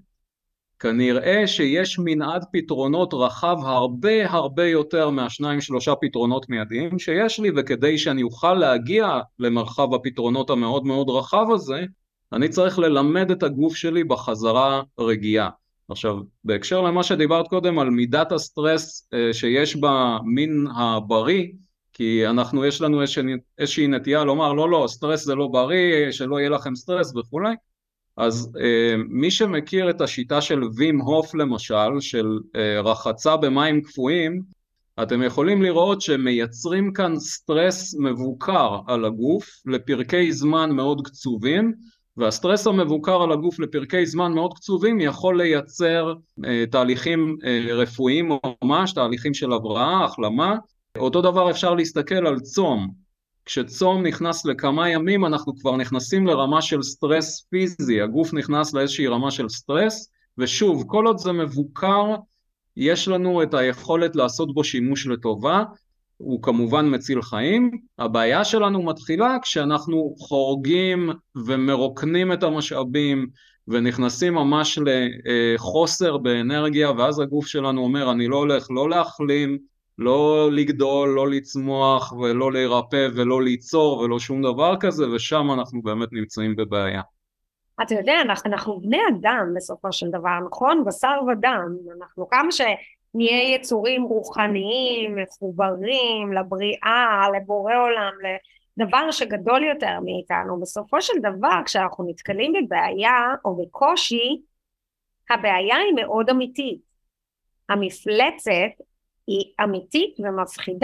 כנראה שיש מנעד פתרונות רחב הרבה הרבה יותר מהשניים שלושה פתרונות מיידיים שיש לי, וכדי שאני אוכל להגיע למרחב הפתרונות המאוד מאוד רחב הזה, אני צריך ללמד את הגוף שלי בחזרה רגיעה. עכשיו, בהקשר למה שדיברת קודם על מידת הסטרס שיש במין הבריא, כי אנחנו, יש לנו איזושהי נטייה לומר, לא, לא, סטרס זה לא בריא, שלא יהיה לכם סטרס וכולי. אז מי שמכיר את השיטה של וים הוף למשל, של רחצה במים קפואים, אתם יכולים לראות שמייצרים כאן סטרס מבוקר על הגוף לפרקי זמן מאוד קצובים, והסטרס המבוקר על הגוף לפרקי זמן מאוד קצובים יכול לייצר אה, תהליכים אה, רפואיים ממש, תהליכים של הבראה, החלמה. אותו דבר אפשר להסתכל על צום. כשצום נכנס לכמה ימים אנחנו כבר נכנסים לרמה של סטרס פיזי, הגוף נכנס לאיזושהי רמה של סטרס, ושוב, כל עוד זה מבוקר, יש לנו את היכולת לעשות בו שימוש לטובה, הוא כמובן מציל חיים. הבעיה שלנו מתחילה כשאנחנו חורגים ומרוקנים את המשאבים ונכנסים ממש לחוסר באנרגיה, ואז הגוף שלנו אומר אני לא הולך לא להחלים, לא לגדול, לא לצמוח ולא להירפא ולא ליצור ולא שום דבר כזה, ושם אנחנו באמת נמצאים בבעיה. אתה יודע, אנחנו, אנחנו בני אדם בסופו של דבר, נכון? בשר ודם, אנחנו כמה ש... נהיה יצורים רוחניים, מחוברים לבריאה, לבורא עולם, לדבר שגדול יותר מאיתנו. בסופו של דבר, כשאנחנו נתקלים בבעיה או בקושי, הבעיה היא מאוד אמיתית. המפלצת היא אמיתית ומפחידה.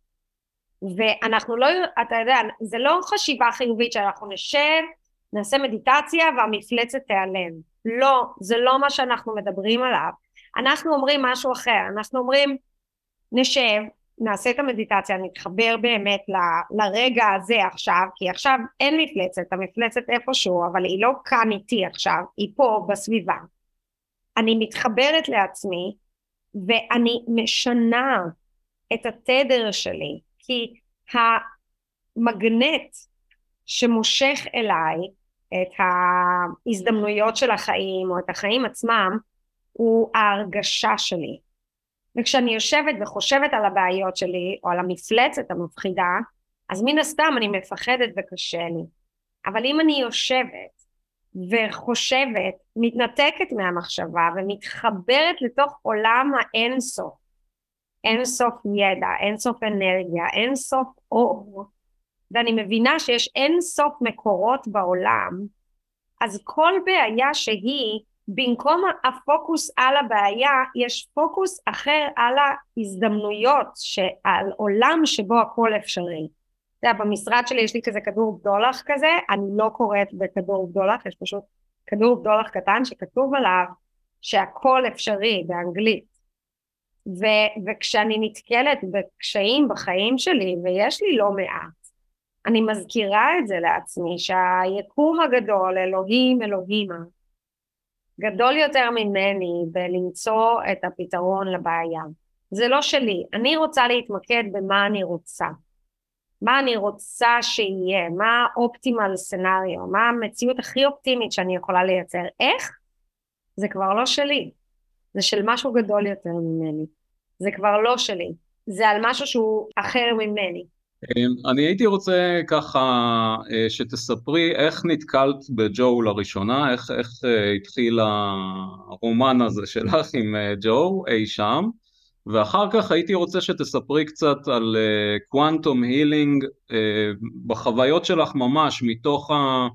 ואנחנו לא, אתה יודע, זה לא חשיבה חיובית שאנחנו נשב, נעשה מדיטציה והמפלצת תיעלם. לא, זה לא מה שאנחנו מדברים עליו. אנחנו אומרים משהו אחר, אנחנו אומרים נשב, נעשה את המדיטציה, נתחבר באמת ל, לרגע הזה עכשיו, כי עכשיו אין מפלצת, המפלצת איפשהו, אבל היא לא כאן איתי עכשיו, היא פה בסביבה. אני מתחברת לעצמי, ואני משנה את התדר שלי, כי המגנט שמושך אליי את ההזדמנויות של החיים, או את החיים עצמם, הוא ההרגשה שלי. וכשאני יושבת וחושבת על הבעיות שלי, או על המפלצת המפחידה, אז מן הסתם אני מפחדת וקשה לי. אבל אם אני יושבת וחושבת, מתנתקת מהמחשבה, ומתחברת לתוך עולם האינסוף, אינסוף ידע, אינסוף אנרגיה, אינסוף אור, ואני מבינה שיש אינסוף מקורות בעולם, אז כל בעיה שהיא, במקום הפוקוס על הבעיה, יש פוקוס אחר על ההזדמנויות, על עולם שבו הכל אפשרי. אתה יודע, במשרד שלי יש לי כזה כדור בדולח כזה, אני לא קוראת בכדור בדולח, יש פשוט כדור בדולח קטן שכתוב עליו שהכל אפשרי באנגלית. ו- וכשאני נתקלת בקשיים בחיים שלי, ויש לי לא מעט, אני מזכירה את זה לעצמי, שהיקום הגדול, אלוהים, אלוהימה, גדול יותר ממני בלמצוא את הפתרון לבעיה. זה לא שלי, אני רוצה להתמקד במה אני רוצה. מה אני רוצה שיהיה, מה האופטימל סנריו, מה המציאות הכי אופטימית שאני יכולה לייצר. איך? זה כבר לא שלי, זה של משהו גדול יותר ממני. זה כבר לא שלי, זה על משהו שהוא אחר ממני. אני הייתי רוצה ככה שתספרי איך נתקלת בג'ו לראשונה, איך, איך התחיל הרומן הזה שלך עם ג'ו אי שם, ואחר כך הייתי רוצה שתספרי קצת על קוואנטום הילינג בחוויות שלך ממש, מתוך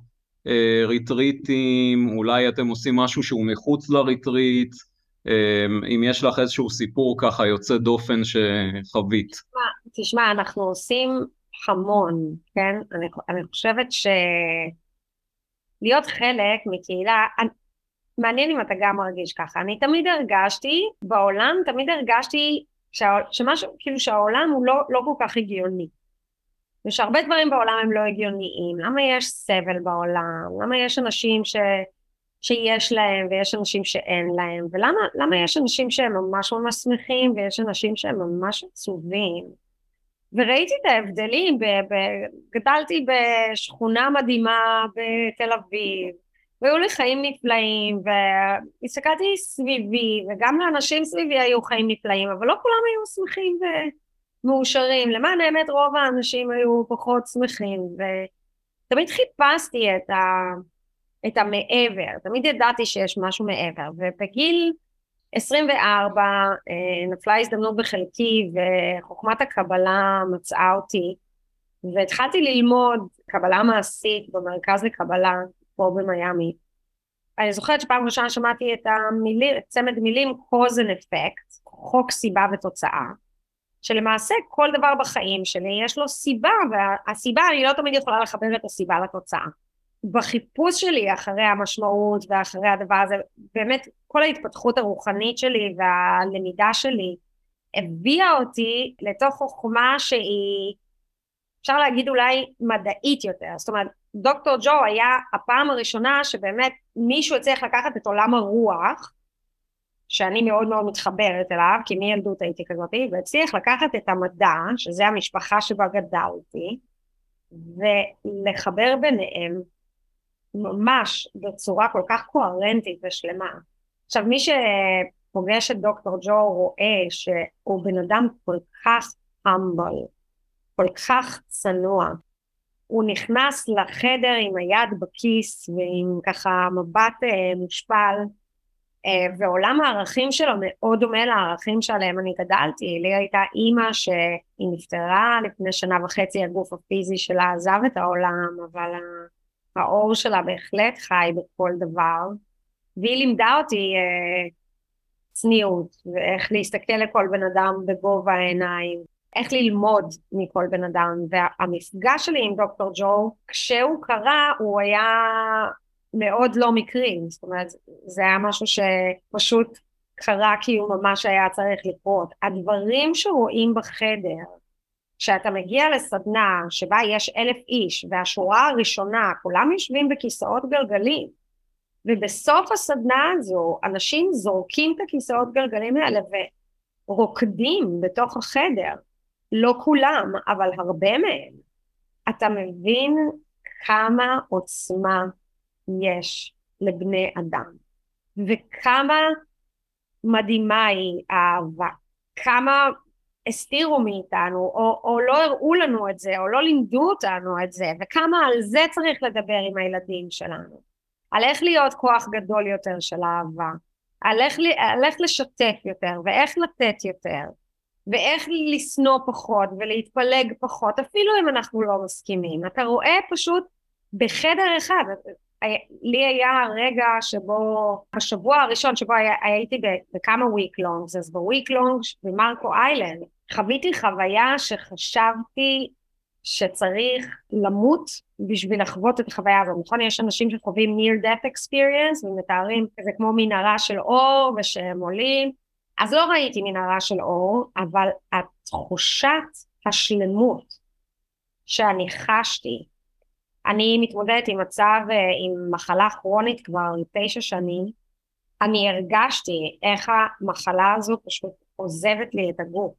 הריטריטים, אולי אתם עושים משהו שהוא מחוץ לריטריט, אם יש לך איזשהו סיפור ככה יוצא דופן שחווית. תשמע, תשמע, אנחנו עושים המון, כן? אני, אני חושבת שלהיות חלק מקהילה, אני, מעניין אם אתה גם מרגיש ככה, אני תמיד הרגשתי, בעולם תמיד הרגשתי שה, שמשהו, כאילו שהעולם הוא לא, לא כל כך הגיוני. ושהרבה דברים בעולם הם לא הגיוניים. למה יש סבל בעולם? למה יש אנשים ש... שיש להם ויש אנשים שאין להם, ולמה למה יש אנשים שהם ממש ממש שמחים ויש אנשים שהם ממש עצובים. וראיתי את ההבדלים, ב, ב, גדלתי בשכונה מדהימה בתל אביב, והיו לי חיים נפלאים, והסתכלתי סביבי, וגם לאנשים סביבי היו חיים נפלאים, אבל לא כולם היו שמחים ומאושרים. למען האמת רוב האנשים היו פחות שמחים, ותמיד חיפשתי את ה... את המעבר, תמיד ידעתי שיש משהו מעבר, ובגיל עשרים וארבע נפלה הזדמנות בחלקי, וחוכמת הקבלה מצאה אותי, והתחלתי ללמוד קבלה מעשית במרכז לקבלה פה במיימי. אני זוכרת שפעם ראשונה שמעתי את המילים, את צמד מילים cause and effect, חוק סיבה ותוצאה, שלמעשה כל דבר בחיים שלי יש לו סיבה, והסיבה אני לא תמיד יכולה לחבר את הסיבה לתוצאה. בחיפוש שלי אחרי המשמעות ואחרי הדבר הזה, באמת כל ההתפתחות הרוחנית שלי והלמידה שלי הביאה אותי לתוך חוכמה שהיא, אפשר להגיד אולי מדעית יותר. זאת אומרת, דוקטור ג'ו היה הפעם הראשונה שבאמת מישהו הצליח לקחת את עולם הרוח, שאני מאוד מאוד מתחברת אליו, כי מילדות הייתי כזאת, והצליח לקחת את המדע, שזה המשפחה שבה גדלתי, ולחבר ביניהם, ממש בצורה כל כך קוהרנטית ושלמה. עכשיו מי שפוגש את דוקטור ג'ו רואה שהוא בן אדם כל כך humble, כל כך צנוע. הוא נכנס לחדר עם היד בכיס ועם ככה מבט מושפל, ועולם הערכים שלו מאוד דומה לערכים שעליהם אני גדלתי. לי הייתה אימא שהיא נפטרה לפני שנה וחצי, הגוף הפיזי שלה עזב את העולם, אבל האור שלה בהחלט חי בכל דבר, והיא לימדה אותי אה, צניעות, ואיך להסתכל לכל בן אדם בגובה העיניים, איך ללמוד מכל בן אדם. והמפגש שלי עם דוקטור ג'ו, כשהוא קרה, הוא היה מאוד לא מקרי, זאת אומרת, זה היה משהו שפשוט קרה כי הוא ממש היה צריך לקרות. הדברים שרואים בחדר, כשאתה מגיע לסדנה שבה יש אלף איש, והשורה הראשונה, כולם יושבים בכיסאות גלגלים, ובסוף הסדנה הזו, אנשים זורקים את הכיסאות גלגלים האלה ורוקדים בתוך החדר, לא כולם, אבל הרבה מהם. אתה מבין כמה עוצמה יש לבני אדם, וכמה מדהימה היא האהבה, כמה הסתירו מאיתנו, או, או לא הראו לנו את זה, או לא לימדו אותנו את זה, וכמה על זה צריך לדבר עם הילדים שלנו, על איך להיות כוח גדול יותר של אהבה, על איך, על איך לשתף יותר, ואיך לתת יותר, ואיך לשנוא פחות, ולהתפלג פחות, אפילו אם אנחנו לא מסכימים. אתה רואה פשוט בחדר אחד, לי היה רגע שבו, בשבוע הראשון שבו הייתי בכמה week longs, אז בweek longs במרקו איילנד, חוויתי חוויה שחשבתי שצריך למות בשביל לחוות את החוויה הזאת. נכון, יש אנשים שחווים near death experience ומתארים כזה כמו מנהרה של אור ושהם עולים, אז לא ראיתי מנהרה של אור, אבל התחושת השלמות שאני חשתי, אני מתמודדת עם מצב, עם מחלה כרונית כבר תשע שנים, אני הרגשתי איך המחלה הזו פשוט עוזבת לי את הגוף.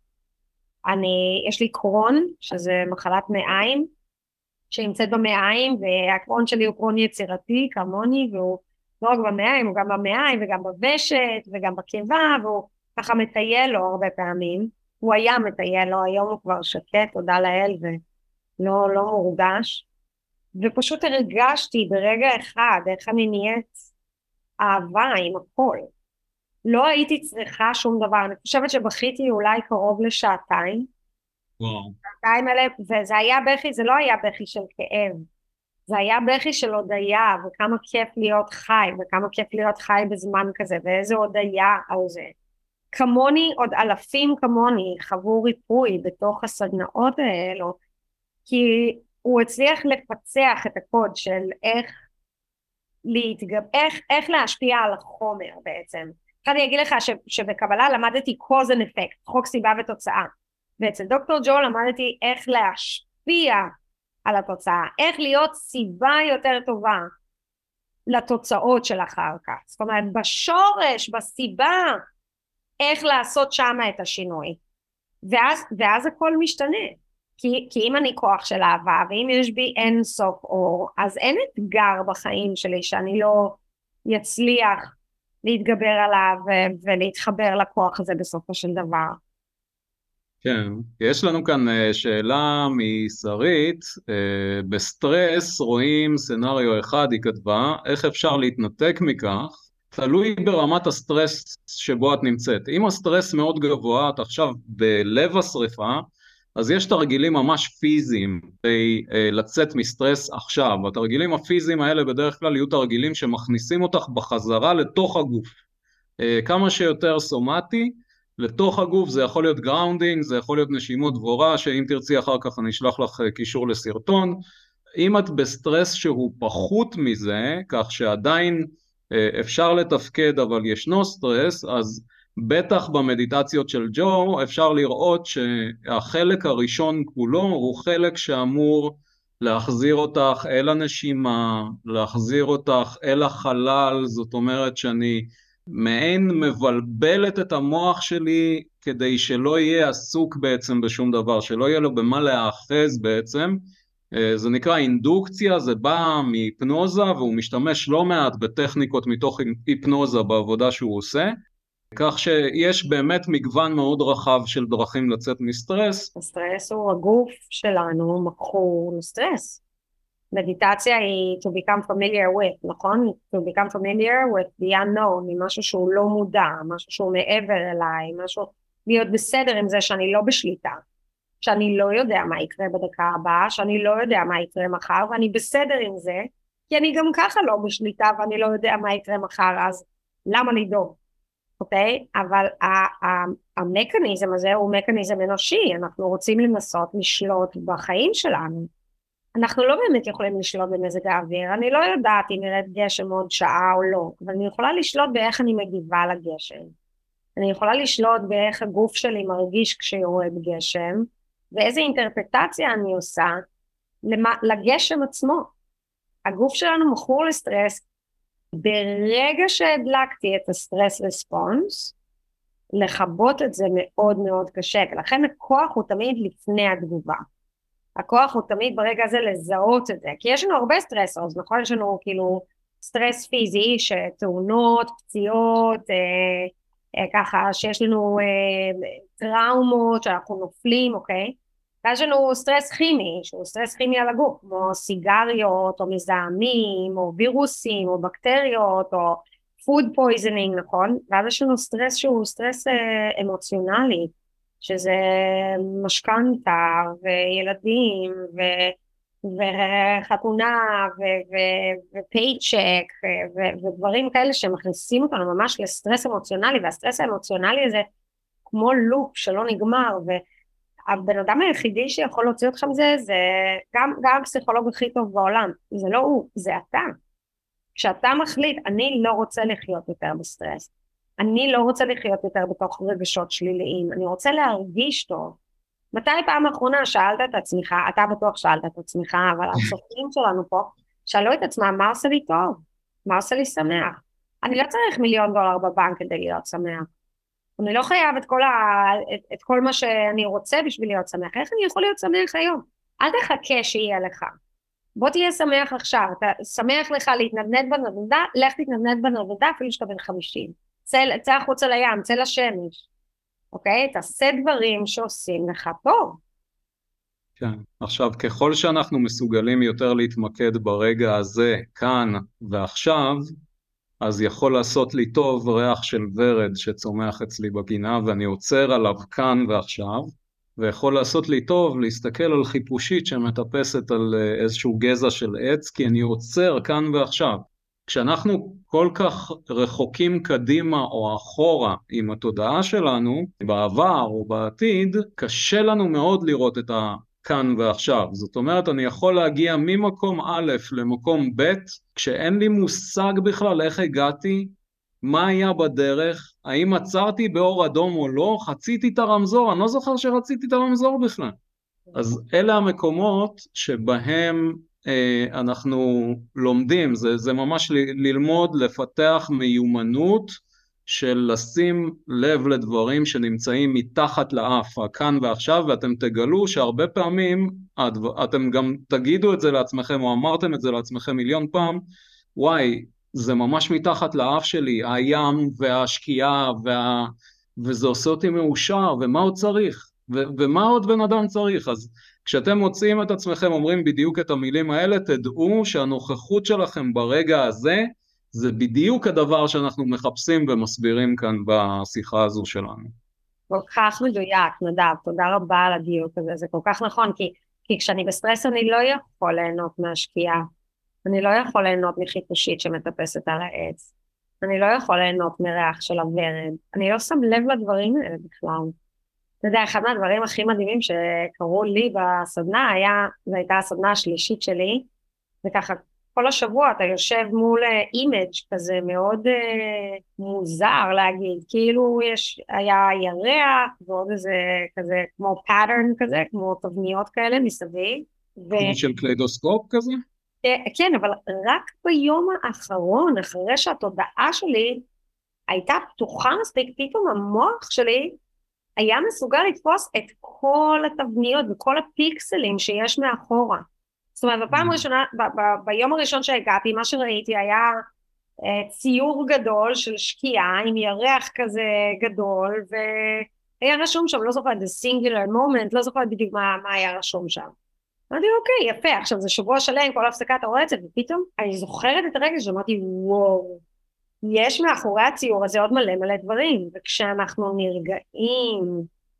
אני, יש לי קרון, שזה מחלת מעיים, שנמצאת במעיים, והקרון שלי הוא קרון יצירתי כמוני, והוא לא רק במעיים, הוא גם במעיים וגם בוושת וגם בקיבה, והוא ככה מטייל לו הרבה פעמים. הוא היה מטייל לו, היום הוא כבר שקט, תודה לאל, ולא לא מורגש. ופשוט הרגשתי ברגע אחד איך אני נהיית אהבה עם הכל. לא הייתי צריכה שום דבר, אני חושבת שבכיתי אולי קרוב לשעתיים. וואו. שעתיים אלה, וזה היה בכי, זה לא היה בכי של כאב, זה היה בכי של הודיה, וכמה כיף להיות חי, וכמה כיף להיות חי בזמן כזה, ואיזה הודיה על זה. כמוני, עוד אלפים כמוני, חוו ריפוי בתוך הסדנאות האלו, כי הוא הצליח לפצח את הקוד של איך להתגב... איך, איך להשפיע על החומר בעצם. אני אגיד לך ש, שבקבלה למדתי cause and effect, חוק סיבה ותוצאה, ואצל דוקטור ג'ו למדתי איך להשפיע על התוצאה, איך להיות סיבה יותר טובה לתוצאות של אחר כך. זאת אומרת, בשורש, בסיבה, איך לעשות שם את השינוי. ואז, ואז הכל משתנה. כי, כי אם אני כוח של אהבה, ואם יש בי אין סוף אור, אז אין אתגר בחיים שלי שאני לא יצליח להתגבר עליו ולהתחבר לכוח הזה בסופו של דבר. כן, יש לנו כאן שאלה משרית, בסטרס רואים סנריו אחד, היא כתבה, איך אפשר להתנתק מכך? תלוי ברמת הסטרס שבו את נמצאת. אם הסטרס מאוד גבוה, את עכשיו בלב השריפה, אז יש תרגילים ממש פיזיים כדי לצאת מסטרס עכשיו. התרגילים הפיזיים האלה בדרך כלל יהיו תרגילים שמכניסים אותך בחזרה לתוך הגוף. כמה שיותר סומטי, לתוך הגוף, זה יכול להיות גראונדינג, זה יכול להיות נשימות דבורה, שאם תרצי אחר כך אני אשלח לך קישור לסרטון. אם את בסטרס שהוא פחות מזה, כך שעדיין אפשר לתפקד אבל ישנו סטרס, אז בטח במדיטציות של ג'ו אפשר לראות שהחלק הראשון כולו הוא חלק שאמור להחזיר אותך אל הנשימה, להחזיר אותך אל החלל, זאת אומרת שאני מעין מבלבלת את המוח שלי כדי שלא יהיה עסוק בעצם בשום דבר, שלא יהיה לו במה להאחז בעצם. זה נקרא אינדוקציה, זה בא מהיפנוזה והוא משתמש לא מעט בטכניקות מתוך היפנוזה בעבודה שהוא עושה, כך שיש באמת מגוון מאוד רחב של דרכים לצאת מסטרס. הסטרס הוא הגוף שלנו מכור לסטרס. מדיטציה היא to become familiar with, נכון? to become familiar with the unknown, עם משהו שהוא לא מודע, משהו שהוא מעבר אליי, משהו להיות בסדר עם זה שאני לא בשליטה, שאני לא יודע מה יקרה בדקה הבאה, שאני לא יודע מה יקרה מחר, ואני בסדר עם זה, כי אני גם ככה לא בשליטה ואני לא יודע מה יקרה מחר, אז למה לדאוג? אוקיי? אבל המקניזם הזה הוא מקניזם אנושי, אנחנו רוצים לנסות לשלוט בחיים שלנו. אנחנו לא באמת יכולים לשלוט במזג האוויר, אני לא יודעת אם נראית גשם עוד שעה או לא, אבל אני יכולה לשלוט באיך אני מגיבה לגשם. אני יכולה לשלוט באיך הגוף שלי מרגיש כשיורד גשם, ואיזה אינטרפטציה אני עושה למה, לגשם עצמו. הגוף שלנו מכור לסטרס, ברגע שהדלקתי את הסטרס רספונס, לחבות את זה מאוד מאוד קשה, לכן הכוח הוא תמיד לפני התגובה. הכוח הוא תמיד ברגע הזה לזהות את זה, כי יש לנו הרבה סטרסורס, נכון? יש לנו כאילו סטרס פיזי, שתאונות, פציעות, אה, אה, ככה שיש לנו אה, טראומות, שאנחנו נופלים, אוקיי? ואז יש לנו סטרס כימי, שהוא סטרס כימי על הגוף, כמו סיגריות, או מזהמים, או וירוסים, או בקטריות, או food poisoning, נכון? ואז יש לנו סטרס שהוא סטרס אה, אמוציונלי, שזה משכנתה, וילדים, ו... וחתונה, ופייצ'ק, ודברים כאלה שמכניסים אותנו ממש לסטרס אמוציונלי, והסטרס האמוציונלי הזה כמו לופ שלא נגמר, והבן אדם היחידי שיכול להוציא אותך מזה, זה גם, גם הפסיכולוג הכי טוב בעולם, זה לא הוא, זה אתה. כשאתה מחליט, אני לא רוצה לחיות יותר בסטרס, אני לא רוצה לחיות יותר בתוך רגשות שליליים, אני רוצה להרגיש טוב. מתי פעם האחרונה שאלת את עצמך, אתה בטוח שאלת את עצמך, אבל הצופים שלנו פה, שאלו את עצמם, מה עושה לי טוב? מה עושה לי שמח? אני לא צריך מיליון דולר בבנק כדי להיות שמח. אני לא חייב את כל, ה... את, את כל מה שאני רוצה בשביל להיות שמח. איך אני יכול להיות שמח היום? אל תחכה שיהיה לך. בוא תהיה שמח עכשיו. אתה שמח לך להתנדנד בנדנדה, לך תתנדנד בנדנדה אפילו שאתה בן חמישים. צא, צא החוצה לים, צא לשמש. אוקיי? תעשה דברים שעושים לך טוב. כן. עכשיו, ככל שאנחנו מסוגלים יותר להתמקד ברגע הזה, כאן ועכשיו, אז יכול לעשות לי טוב ריח של ורד שצומח אצלי בגינה, ואני עוצר עליו כאן ועכשיו, ויכול לעשות לי טוב להסתכל על חיפושית שמטפסת על איזשהו גזע של עץ, כי אני עוצר כאן ועכשיו. כשאנחנו כל כך רחוקים קדימה או אחורה עם התודעה שלנו, בעבר או בעתיד, קשה לנו מאוד לראות את הכאן ועכשיו. זאת אומרת, אני יכול להגיע ממקום א' למקום ב', כשאין לי מושג בכלל איך הגעתי, מה היה בדרך, האם עצרתי באור אדום או לא, חציתי את הרמזור, אני לא זוכר שרציתי את הרמזור בכלל. אז אלה המקומות שבהם אנחנו לומדים, זה, זה ממש ל, ללמוד, לפתח מיומנות של לשים לב לדברים שנמצאים מתחת לאף, כאן ועכשיו, ואתם תגלו שהרבה פעמים, אתם גם תגידו את זה לעצמכם, או אמרתם את זה לעצמכם מיליון פעם, וואי, זה ממש מתחת לאף שלי, הים והשקיעה, וה... וזה עושה אותי מאושר, ומה עוד צריך? ו- ומה עוד בן אדם צריך? אז כשאתם מוצאים את עצמכם אומרים בדיוק את המילים האלה, תדעו שהנוכחות שלכם ברגע הזה, זה בדיוק הדבר שאנחנו מחפשים ומסבירים כאן בשיחה הזו שלנו. כל כך מדויק, נדב, תודה רבה על הדיוק הזה, זה כל כך נכון, כי, כי כשאני בסטרס אני לא יכול ליהנות מהשקיעה, אני לא יכול ליהנות מחיפושית שמטפסת על העץ, אני לא יכול ליהנות מריח של הוורד, אני לא שם לב לדברים האלה בכלל. אתה יודע, אחד מהדברים הכי מדהימים שקרו לי בסדנה היה, זו הייתה הסדנה השלישית שלי, וככה כל השבוע אתה יושב מול אימג' כזה מאוד uh, מוזר להגיד, כאילו יש, היה ירח ועוד איזה כזה כמו pattern כזה, כמו תבניות כאלה מסביב. ו... של קליידוסקופ כזה? כן, אבל רק ביום האחרון, אחרי שהתודעה שלי הייתה פתוחה מספיק, פתאום המוח שלי היה מסוגל לתפוס את כל התבניות וכל הפיקסלים שיש מאחורה. זאת אומרת, בפעם הראשונה, ב- ב- ביום הראשון שהגעתי, מה שראיתי היה uh, ציור גדול של שקיעה עם ירח כזה גדול, והיה רשום שם, לא זוכרת, the singular moment, לא זוכרת בדיוק מה, מה היה רשום שם. אמרתי, אוקיי, יפה, עכשיו זה שבוע שלם, כל הפסקה אתה רואה את זה, ופתאום אני זוכרת את הרגע שאמרתי, וואו, יש מאחורי הציור הזה עוד מלא מלא דברים, וכשאנחנו נרגעים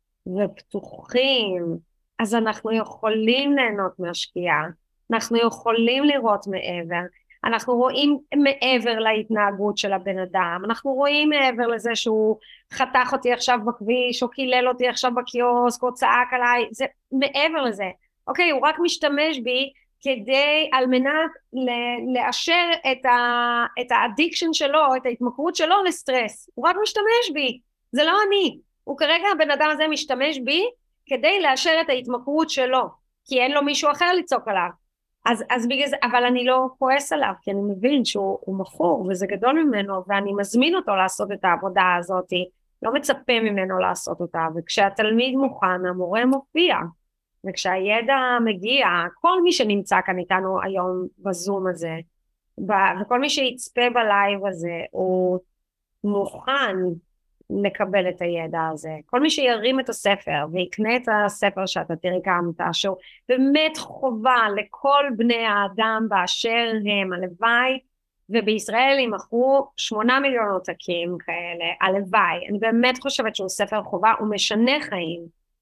ופתוחים, אז אנחנו יכולים ליהנות מהשקיעה, אנחנו יכולים לראות מעבר, אנחנו רואים מעבר להתנהגות של הבן אדם, אנחנו רואים מעבר לזה שהוא חתך אותי עכשיו בכביש, או קילל אותי עכשיו בקיוסק, או צעק עליי, זה מעבר לזה. אוקיי, הוא רק משתמש בי כדי, על מנת לאשר את ה, את האדיקשן שלו, את ההתמכרות שלו לסטרס. הוא רק משתמש בי. זה לא אני. הוא כרגע, הבן אדם הזה משתמש בי כדי לאשר את ההתמכרות שלו, כי אין לו מישהו אחר לצעוק עליו. אז, אז בגלל זה, אבל אני לא כועס עליו, כי אני מבין שהוא מכור, וזה גדול ממנו, ואני מזמין אותו לעשות את העבודה הזאת, לא מצפה ממנו לעשות אותה, וכשהתלמיד מוכן, המורה מופיע, וכשהידע מגיע, כל מי שנמצא כאן איתנו היום בזום הזה, וכל מי שיצפה בלייב הזה, הוא מוכן לקבל את הידע הזה. כל מי שירים את הספר ויקנה את הספר שאתה תרגמת, שהוא באמת חובה לכל בני האדם באשר הם, הלוואי, ובישראל ימכרו שמונה מיליון עותקים כאלה, הלוואי. אני באמת חושבת שהוא ספר חובה, הוא משנה חיים.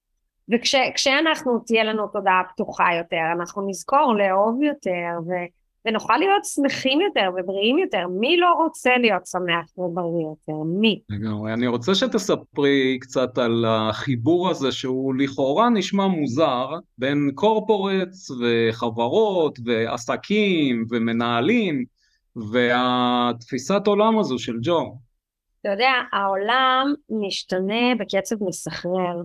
וכשאנחנו תהיה לנו תודעה פתוחה יותר, אנחנו נזכור לאהוב יותר, ו... ונוכל להיות שמחים יותר ובריאים יותר. מי לא רוצה להיות שמח ובריא יותר? מי? לגמרי. אני רוצה שתספרי קצת על החיבור הזה שהוא לכאורה נשמע מוזר, בין קורפורטס וחברות ועסקים ומנהלים, והתפיסת עולם הזו של ג'ו. אתה יודע, העולם משתנה בקצב מסחרר,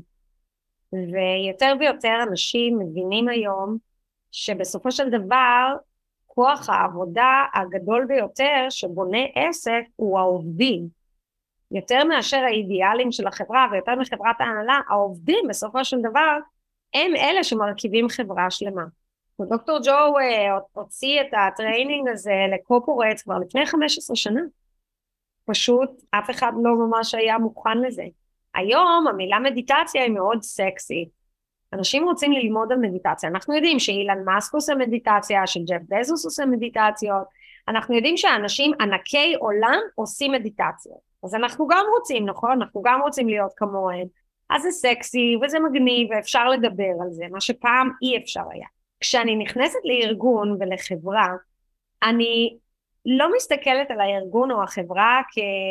ויותר ויותר אנשים מבינים היום שבסופו של דבר כוח העבודה הגדול ביותר שבונה עסק הוא העובדים. יותר מאשר האידיאלים של החברה ויותר מחברת ההנהלה, העובדים בסופו של דבר הם אלה שמרכיבים חברה שלמה. ודוקטור ג'ו הוציא את הטריינינג הזה לקורפורטס כבר לפני חמש עשרה שנה. פשוט אף אחד לא ממש היה מוכן לזה. היום המילה מדיטציה היא מאוד סקסית. אנשים רוצים ללמוד על מדיטציה. אנחנו יודעים שאילן מאסק עושה מדיטציה, שג'ף בזוס עושה מדיטציות. אנחנו יודעים שאנשים ענקי עולם עושים מדיטציות. אז אנחנו גם רוצים, נכון? אנחנו גם רוצים להיות כמוהם. אז זה סקסי וזה מגניב ואפשר לדבר על זה, מה שפעם אי אפשר היה. כשאני נכנסת לארגון ולחברה, אני לא מסתכלת על הארגון או החברה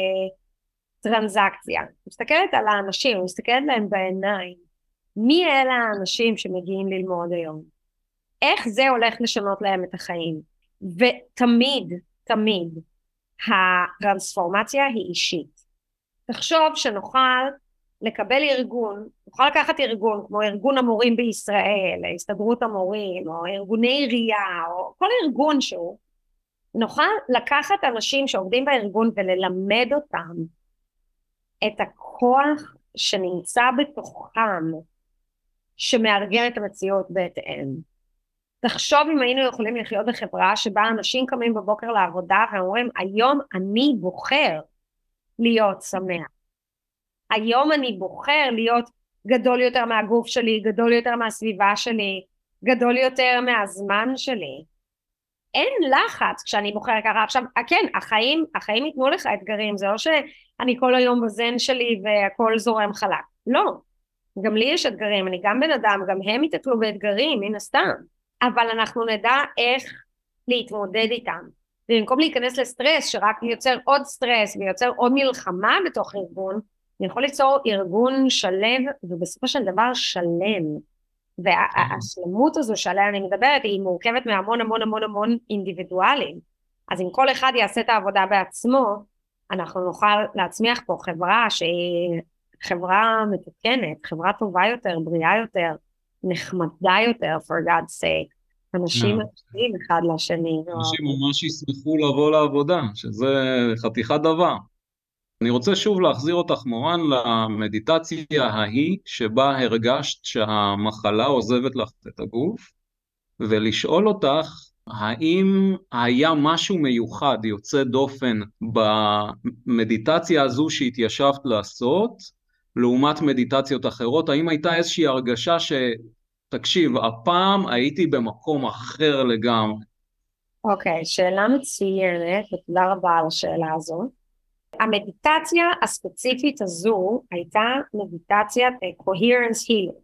כטרנזקציה. מסתכלת על האנשים, מסתכלת להם בעיניים. מי אלה האנשים שמגיעים ללמוד היום? איך זה הולך לשנות להם את החיים? ותמיד, תמיד, הטרנספורמציה היא אישית. תחשוב שנוכל לקבל ארגון, נוכל לקחת ארגון כמו ארגון המורים בישראל, הסתדרות המורים, או ארגוני עירייה, או כל ארגון שהוא, נוכל לקחת אנשים שעובדים בארגון וללמד אותם את הכוח שנמצא בתוכם, שמארגן את המציאות בהתאם. תחשוב אם היינו יכולים לחיות בחברה שבה אנשים קמים בבוקר לעבודה ואומרים, היום אני בוחר להיות שמח. היום אני בוחר להיות גדול יותר מהגוף שלי, גדול יותר מהסביבה שלי, גדול יותר מהזמן שלי. אין לחץ כשאני בוחר ככה. עכשיו, כן, החיים, החיים ייתנו לך אתגרים, זה לא שאני כל היום בזן שלי והכל זורם חלק. לא. גם לי יש אתגרים, אני גם בן אדם, גם הם יתקלו באתגרים, מן הסתם. אבל אנחנו נדע איך להתמודד איתם. ובמקום להיכנס לסטרס, שרק יוצר עוד סטרס ויוצר עוד מלחמה בתוך ארגון, אני יכול ליצור ארגון שלב, ובסופו של דבר שלם. והשלמות הזו שעליה אני מדברת, היא מורכבת מהמון המון המון המון אינדיבידואלים. אז אם כל אחד יעשה את העבודה בעצמו, אנחנו נוכל להצמיח פה חברה שהיא חברה מתוקנת, חברה טובה יותר, בריאה יותר, נחמדה יותר, for God's sake. אנשים מקשיבים אחד לשני. אנשים ממש ישמחו לבוא לעבודה, שזה חתיכת דבר. אני רוצה שוב להחזיר אותך מורן למדיטציה ההיא, שבה הרגשת שהמחלה עוזבת לך את הגוף, ולשאול אותך, האם היה משהו מיוחד, יוצא דופן, במדיטציה הזו שהתיישבת לעשות, לעומת מדיטציות אחרות? האם הייתה איזושהי הרגשה ש... תקשיב, הפעם הייתי במקום אחר לגמרי? אוקיי, שאלה מצוינת, ותודה רבה על השאלה הזו. המדיטציה הספציפית הזו הייתה מדיטציית coherence healing.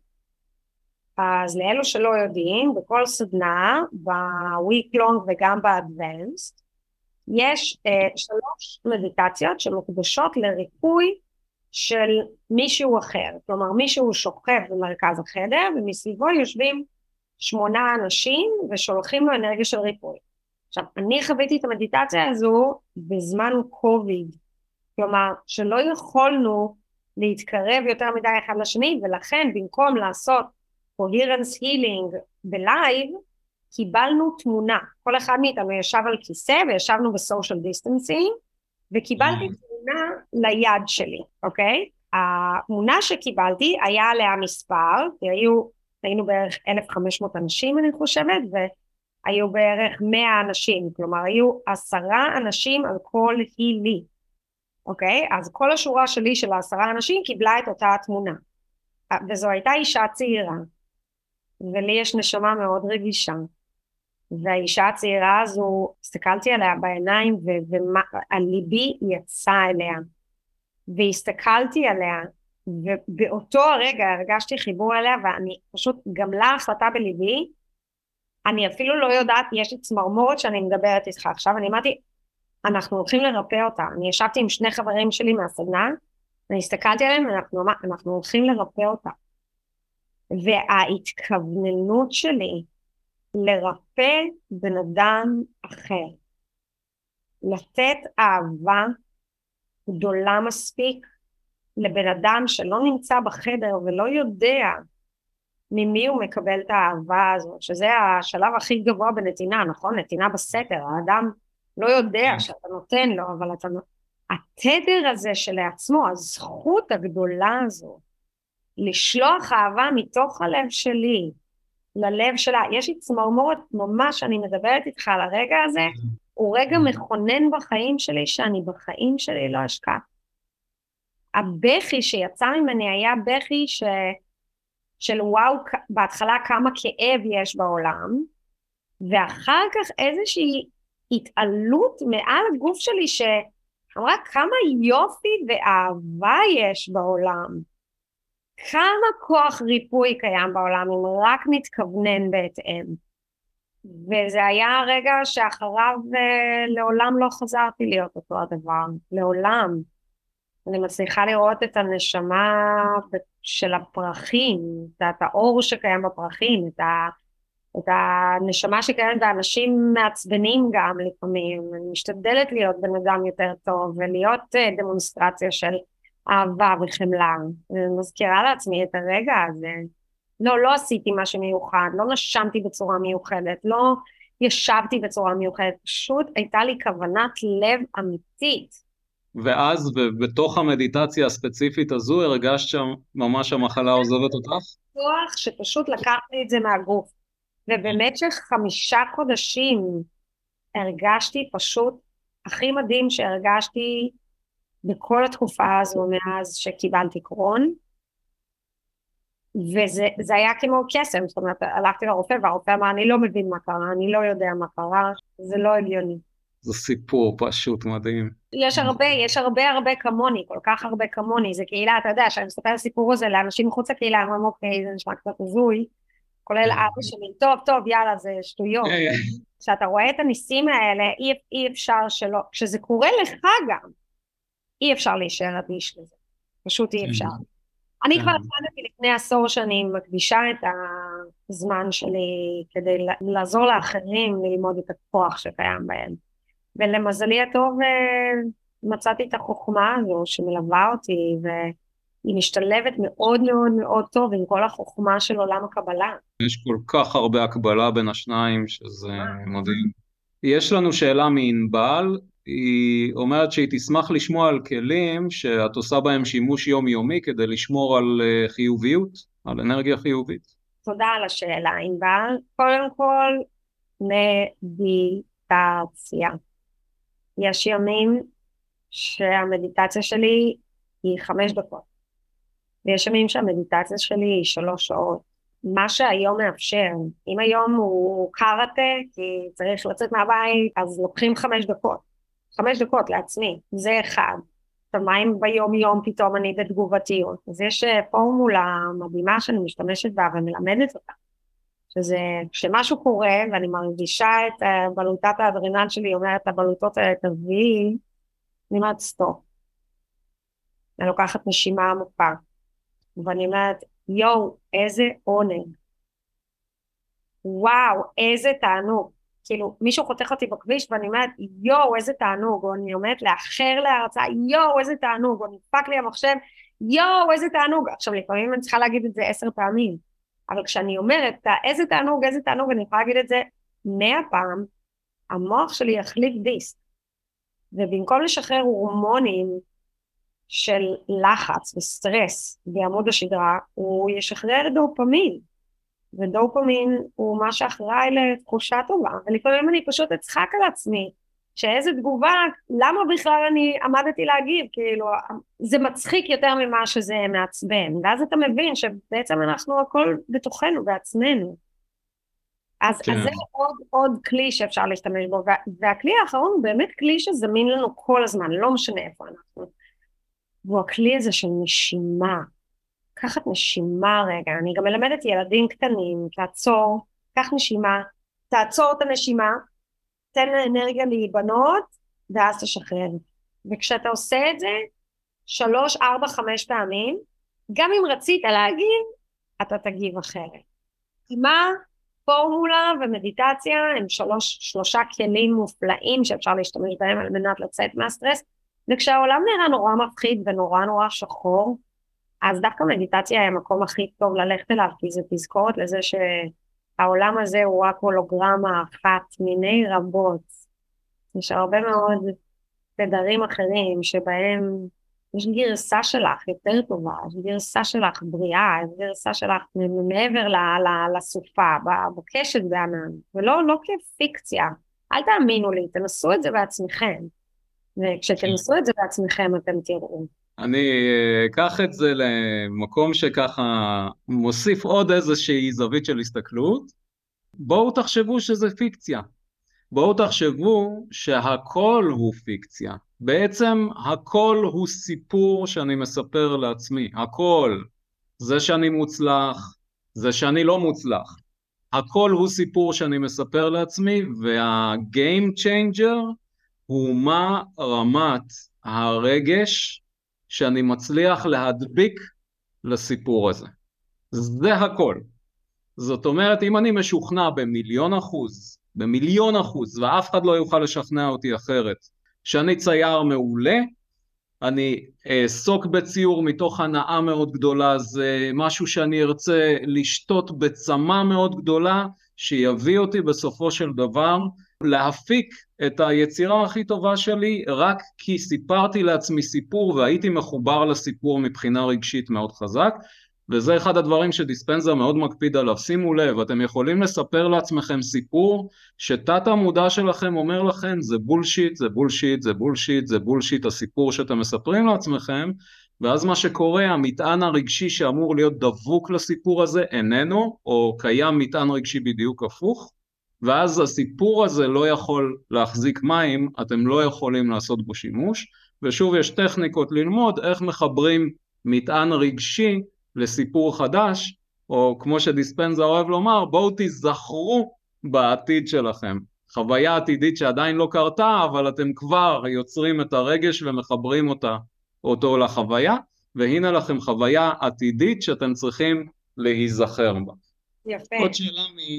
אז לאלו שלא יודעים, בכל סדנה, ב-week long וגם ב-advanced, יש אה, שלוש מדיטציות שמוקדשות לריפוי של מישהו אחר. כלומר, מישהו שוכב במרכז החדר, ומסביבו יושבים שמונה אנשים ושולחים לו אנרגיה של ריפוי. עכשיו, אני חוויתי את המדיטציה הזו בזמן קוביד. כלומר, שלא יכולנו להתקרב יותר מדי אחד לשני, ולכן במקום לעשות coherence healing בלייב, קיבלנו תמונה, כל אחד מאיתנו ישב על כיסא, וישבנו בסושיאל דיסטנסינג, וקיבלתי תמונה ליד שלי, אוקיי? התמונה שקיבלתי היה עליה מספר, כי היו, היינו בערך אלף וחמש מאות אנשים אני חושבת, והיו בערך מאה אנשים, כלומר היו עשרה אנשים על כל הילי, אוקיי? אז כל השורה שלי של העשרה אנשים קיבלה את אותה התמונה, וזו הייתה אישה צעירה, ולי יש נשמה מאוד רגישה, והאישה הצעירה הזו, הסתכלתי עליה בעיניים, והליבי יצא אליה, והסתכלתי עליה, ובאותו הרגע הרגשתי חיבור אליה, ואני פשוט גמלה החלטה בליבי, אני אפילו לא יודעת, יש לי צמרמורת שאני מדברת איתך עכשיו, אני אמרתי, אנחנו הולכים לרפא אותה, אני ישבתי עם שני חברים שלי מהסדנה, אני הסתכלתי עליהם, ואנחנו אנחנו הולכים לרפא אותה, וההתכווננות שלי, לרפא בן אדם אחר, לתת אהבה גדולה מספיק לבן אדם שלא נמצא בחדר ולא יודע ממי הוא מקבל את האהבה הזו, שזה השלב הכי גבוה בנתינה, נכון? נתינה בסתר, האדם לא יודע שאתה נותן לו, אבל אתה... התדר הזה שלעצמו, הזכות הגדולה הזו, לשלוח אהבה מתוך הלב שלי, ללב שלה, יש לי צמרמורת ממש, אני מדברת איתך על הרגע הזה, הוא רגע מכונן בחיים שלי, שאני בחיים שלי לא אשכח. הבכי שיצא ממני היה בכי ש... של וואו, בהתחלה כמה כאב יש בעולם, ואחר כך איזושהי התעלות מעל הגוף שלי, שאמרה כמה יופי ואהבה יש בעולם, כמה כוח ריפוי קיים בעולם, אם רק נתכוונן בהתאם. וזה היה הרגע שאחריו לעולם לא חזרתי להיות אותו הדבר, לעולם. אני מצליחה לראות את הנשמה של הפרחים, את האור שקיים בפרחים, את, ה, את הנשמה שקיימת באנשים מעצבנים גם לפעמים. אני משתדלת להיות בן אדם יותר טוב, ולהיות דמונסטרציה של אהבה וחמלה. אני מזכירה לעצמי את הרגע הזה. לא, לא עשיתי משהו מיוחד, לא נשמתי בצורה מיוחדת, לא ישבתי בצורה מיוחדת, פשוט הייתה לי כוונת לב אמיתית. ואז בתוך המדיטציה הספציפית הזו הרגשת שם ממש המחלה עוזבת אותך? כוח שפשוט לקחתי את זה מהגוף, ובמשך חמישה חודשים הרגשתי פשוט הכי מדהים שהרגשתי בכל התקופה הזו מאז שקיבלתי קרון, וזה היה כמו קסם, זאת אומרת, הלכתי לרופא והרופא אמר, אני לא מבין מה קרה, אני לא יודע מה קרה, זה לא הגיוני. זה סיפור פשוט מדהים. יש הרבה, יש הרבה הרבה כמוני, כל כך הרבה כמוני, זה קהילה, אתה יודע, שאני מספר הסיפור הזה לאנשים מחוץ לקהילה, הם אומרים, אוקיי, זה נשמע קצת הזוי, כולל אבא שלי, טוב, טוב, יאללה, זה שטויות. כשאתה רואה את הניסים האלה, אי, אי אפשר שלא, כשזה קורה לך גם, אי אפשר להישאר אדיש לזה, פשוט אי אפשר. אני כבר למדתי לפני עשור שאני מקדישה את הזמן שלי כדי לעזור לאחרים ללמוד את הכוח שקיים בהם. ולמזלי הטוב מצאתי את החוכמה הזו שמלווה אותי, והיא משתלבת מאוד מאוד מאוד טוב עם כל החוכמה של עולם הקבלה. יש כל כך הרבה הקבלה בין השניים שזה מדהים. יש לנו שאלה מענבל, היא אומרת שהיא תשמח לשמוע על כלים שאת עושה בהם שימוש יומיומי כדי לשמור על חיוביות, על אנרגיה חיובית. תודה על השאלה ענבל. קודם כל, מדיטציה. יש ימים שהמדיטציה שלי היא חמש דקות, ויש ימים שהמדיטציה שלי היא שלוש שעות. מה שהיום מאפשר, אם היום הוא קראטה, כי צריך לצאת מהבית, אז לוקחים חמש דקות. חמש דקות לעצמי, זה אחד. עכשיו, מה אם ביום יום פתאום אני בתגובתיות? אז יש פורמולה מדהימה שאני משתמשת בה ומלמדת אותה. שזה, כשמשהו קורה, ואני מרגישה את בלוטת האדרנל שלי, אומרת, הבלוטות האלה תביאי, אני אומרת סטופ. אני לוקחת נשימה עמוקה, ואני אומרת, יואו, איזה עונג. וואו, איזה תענוג. כאילו, מישהו חותך אותי בכביש, ואני אומרת, יואו, איזה תענוג. או אני אומרת לאחר להרצאה, יואו, איזה תענוג. או נדפק לי המחשב, יואו, איזה תענוג. עכשיו, לפעמים אני צריכה להגיד את זה עשר פעמים, אבל כשאני אומרת, איזה תענוג, איזה תענוג, אני יכולה להגיד את זה מאה פעם, המוח שלי יחליף דיסק, ובמקום לשחרר הורמונים של לחץ וסטרס בעמוד השדרה, הוא ישחרר דופמין, ודופמין הוא מה שאחראי לתחושה טובה, ולפעמים אני פשוט אצחק על עצמי, שאיזה תגובה, למה בכלל אני עמדתי להגיב, כאילו, זה מצחיק יותר ממה שזה מעצבן, ואז אתה מבין שבעצם אנחנו הכל בתוכנו, בעצמנו. אז, כן. אז זה עוד, עוד כלי שאפשר להשתמש בו, וה, והכלי האחרון הוא באמת כלי שזמין לנו כל הזמן, לא משנה איפה אנחנו. והוא הכלי הזה של נשימה. קחת נשימה רגע, אני גם מלמדת ילדים קטנים, תעצור, קח נשימה, תעצור את הנשימה, תן לאנרגיה להיבנות, ואז תשחרר. וכשאתה עושה את זה, שלוש, ארבע, חמש פעמים, גם אם רצית להגיב, אתה תגיב אחרת. מה פורמולה ומדיטציה הם שלוש, שלושה כלים מופלאים שאפשר להשתמש בהם על מנת לצאת מהסטרס, וכשהעולם נראה נורא מפחיד ונורא נורא שחור, אז דווקא מדיטציה היא המקום הכי טוב ללכת אליו, כי זה תזכורת לזה שהעולם הזה הוא רק הולוגרמה אחת מיני רבות. יש הרבה מאוד תדרים אחרים שבהם יש גרסה שלך יותר טובה, יש גרסה שלך בריאה, יש גרסה שלך מעבר לסופה, בקשת בענן, ולא לא כפיקציה. אל תאמינו לי, תנסו את זה בעצמכם, וכשתנסו את זה בעצמכם אתם תראו. אני אקח את זה למקום שככה מוסיף עוד איזושהי זווית של הסתכלות. בואו תחשבו שזה פיקציה. בואו תחשבו שהכל הוא פיקציה. בעצם הכל הוא סיפור שאני מספר לעצמי. הכל. זה שאני מוצלח, זה שאני לא מוצלח. הכל הוא סיפור שאני מספר לעצמי, וה-game changer הוא מה רמת הרגש שאני מצליח להדביק לסיפור הזה. זה הכל. זאת אומרת, אם אני משוכנע במיליון אחוז, במיליון אחוז, ואף אחד לא יוכל לשכנע אותי אחרת, שאני צייר מעולה, אני אעסוק בציור מתוך הנאה מאוד גדולה, זה משהו שאני ארצה לשתות בצמה מאוד גדולה, שיביא אותי בסופו של דבר להפיק את היצירה הכי טובה שלי, רק כי סיפרתי לעצמי סיפור והייתי מחובר לסיפור מבחינה רגשית מאוד חזק, וזה אחד הדברים שדיספנזה מאוד מקפיד עליו. שימו לב, אתם יכולים לספר לעצמכם סיפור שתת המודע שלכם אומר לכם זה בולשיט, זה בולשיט, זה בולשיט, זה בולשיט, הסיפור שאתם מספרים לעצמכם, ואז מה שקורה, המטען הרגשי שאמור להיות דבוק לסיפור הזה איננו, או קיים מטען רגשי בדיוק הפוך, ואז הסיפור הזה לא יכול להחזיק מים, אתם לא יכולים לעשות בו שימוש, ושוב יש טכניקות ללמוד איך מחברים מטען רגשי לסיפור חדש, או כמו שדיספנזה אוהב לומר, בואו תזכרו בעתיד שלכם. חוויה עתידית שעדיין לא קרתה, אבל אתם כבר יוצרים את הרגש ומחברים אותה, אותו לחוויה, והנה לכם חוויה עתידית שאתם צריכים להיזכר בה. יפה. עוד שאלה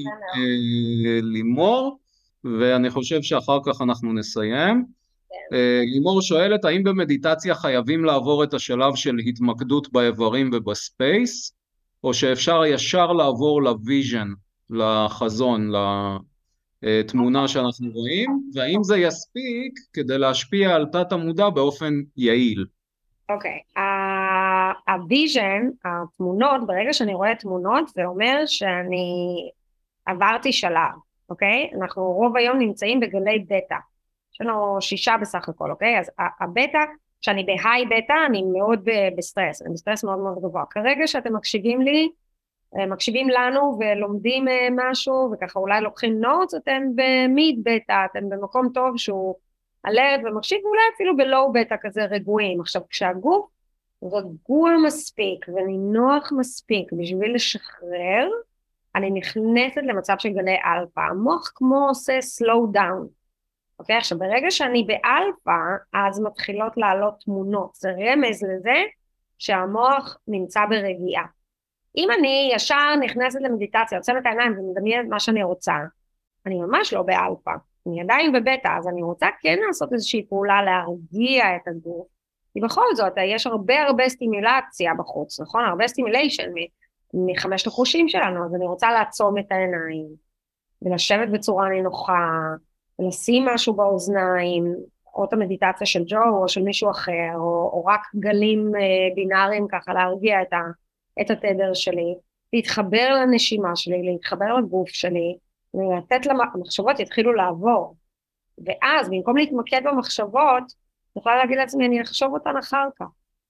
מלימור, ואני חושב שאחר כך אנחנו נסיים. לימור שואלת, האם במדיטציה חייבים לעבור את השלב של התמקדות באיברים ובספייס, או שאפשר ישר לעבור לוויז'ן, לחזון, לתמונה שאנחנו רואים, והאם זה יספיק כדי להשפיע על תת המודע באופן יעיל? אוקיי, הוויז'ן, התמונות, ברגע שאני רואה תמונות, זה אומר שאני עברתי שלב, אוקיי? אנחנו רוב היום נמצאים בגלי בטא, יש לנו שישה בסך הכל, אוקיי? אז הבטא, כשאני בהיי בטא, אני מאוד בסטרס, אני בסטרס מאוד מאוד גבוה. כרגע שאתם מקשיבים לי, מקשיבים לנו ולומדים משהו, וככה אולי לוקחים נוטס, אתם במיד בטא, אתם במקום טוב שהוא הלב ומקשיב, ואולי אפילו בלואו בטא כזה רגועים. עכשיו, כשהגוף רגוע מספיק ונינוח מספיק בשביל לשחרר, אני נכנסת למצב של גלי אלפא, המוח כמו עושה slow down. אוקיי, עכשיו ברגע שאני באלפא, אז מתחילות לעלות תמונות, זה רמז לזה שהמוח נמצא ברגיעה. אם אני ישר נכנסת למדיטציה, עוצמת את העיניים ומדמיינת מה שאני רוצה, אני ממש לא באלפא, אני עדיין בבטא, אז אני רוצה כן לעשות איזושהי פעולה להרגיע את הגוף, כי בכל זאת, יש הרבה הרבה סטימולציה בחוץ, נכון? הרבה סטימוליישן מחמשת החושים שלנו, אז אני רוצה לעצום את העיניים, ולשבת בצורה נינוחה, ולשים משהו באוזניים, או את המדיטציה של ג'ו, או של מישהו אחר, או, או רק גלים בינאריים ככה, להרגיע את, ה, את התדר שלי, להתחבר לנשימה שלי, להתחבר לגוף שלי, ולתת למחשבות יתחילו לעבור. ואז, במקום להתמקד במחשבות, אני יכולה להגיד לעצמי, אני אחשוב אותן אחר כך.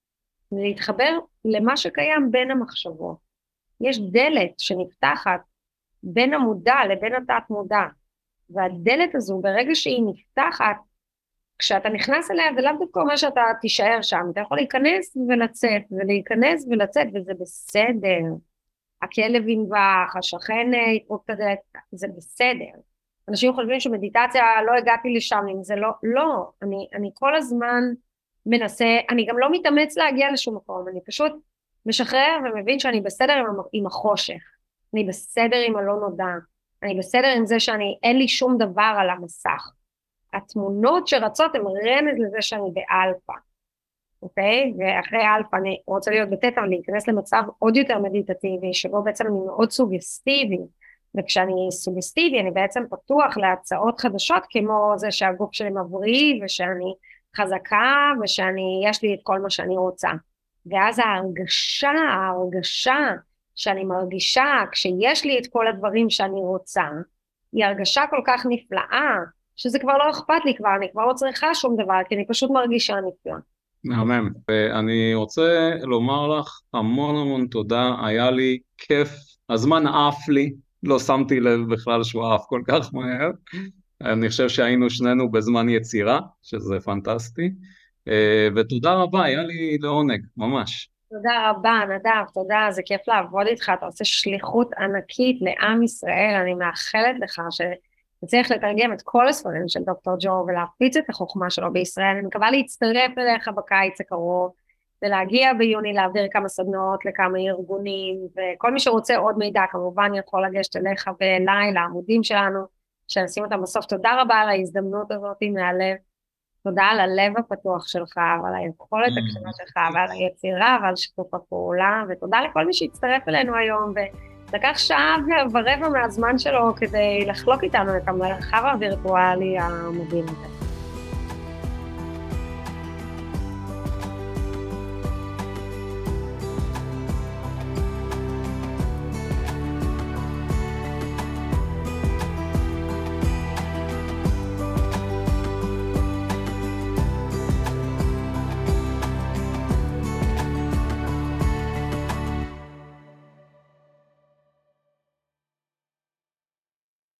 ולהתחבר למה שקיים בין המחשבות. יש דלת שנפתחת בין המודע לבין התת מודע. והדלת הזו, ברגע שהיא נפתחת, כשאתה נכנס אליה, זה לאו דווקא אומר שאתה תישאר שם. אתה יכול להיכנס ולצאת, ולהיכנס ולצאת, וזה בסדר. הכלב ינבח, השכן יתרוק את הדלת, זה בסדר. אנשים חושבים שמדיטציה, לא הגעתי לשם, אם זה לא, לא, אני, אני כל הזמן מנסה, אני גם לא מתאמץ להגיע לשום מקום, אני פשוט משחרר ומבין שאני בסדר עם, עם החושך, אני בסדר עם הלא נודע, אני בסדר עם זה שאני, אין לי שום דבר על המסך. התמונות שרצות הן רמז לזה שאני באלפא, אוקיי? ואחרי אלפא אני רוצה להיות בטטה, להיכנס למצב עוד יותר מדיטטיבי, שבו בעצם אני מאוד סוגסטיבי, וכשאני סוגסטיבי אני בעצם פתוח להצעות חדשות, כמו זה שהגוף שלי מבריא, ושאני חזקה, ושאני, יש לי את כל מה שאני רוצה. ואז ההרגשה, ההרגשה שאני מרגישה, כשיש לי את כל הדברים שאני רוצה, היא הרגשה כל כך נפלאה, שזה כבר לא אכפת לי כבר, אני כבר לא צריכה שום דבר, כי אני פשוט מרגישה נפלאה. מהמם, ואני רוצה לומר לך המון המון תודה, היה לי כיף, הזמן עף לי, לא שמתי לב בכלל שהוא עף כל כך מהר, אני חושב שהיינו שנינו בזמן יצירה, שזה פנטסטי, ותודה רבה, היה לי לעונג, ממש. תודה רבה, נדב, תודה, זה כיף לעבוד איתך, אתה עושה שליחות ענקית לעם ישראל, אני מאחלת לך שתצליח לתרגם את כל הספרים של דוקטור ג'ו, ולהפיץ את החוכמה שלו בישראל, אני מקווה להצטרף אליך בקיץ הקרוב, ולהגיע ביוני להעביר כמה סדנאות לכמה ארגונים, וכל מי שרוצה עוד מידע כמובן יכול לגשת אליך ואליי, לעמודים שלנו, שנשים אותם בסוף. תודה רבה על ההזדמנות הזאת מהלב, תודה על הלב הפתוח שלך, ועל היכולת הקשבה שלך, ועל היצירה, ועל שיתוף הפעולה, ותודה לכל מי שהצטרף אלינו היום, ולקח שעה ורבע מהזמן שלו כדי לחלוק איתנו את המרחב הווירטואלי המדהים הזה.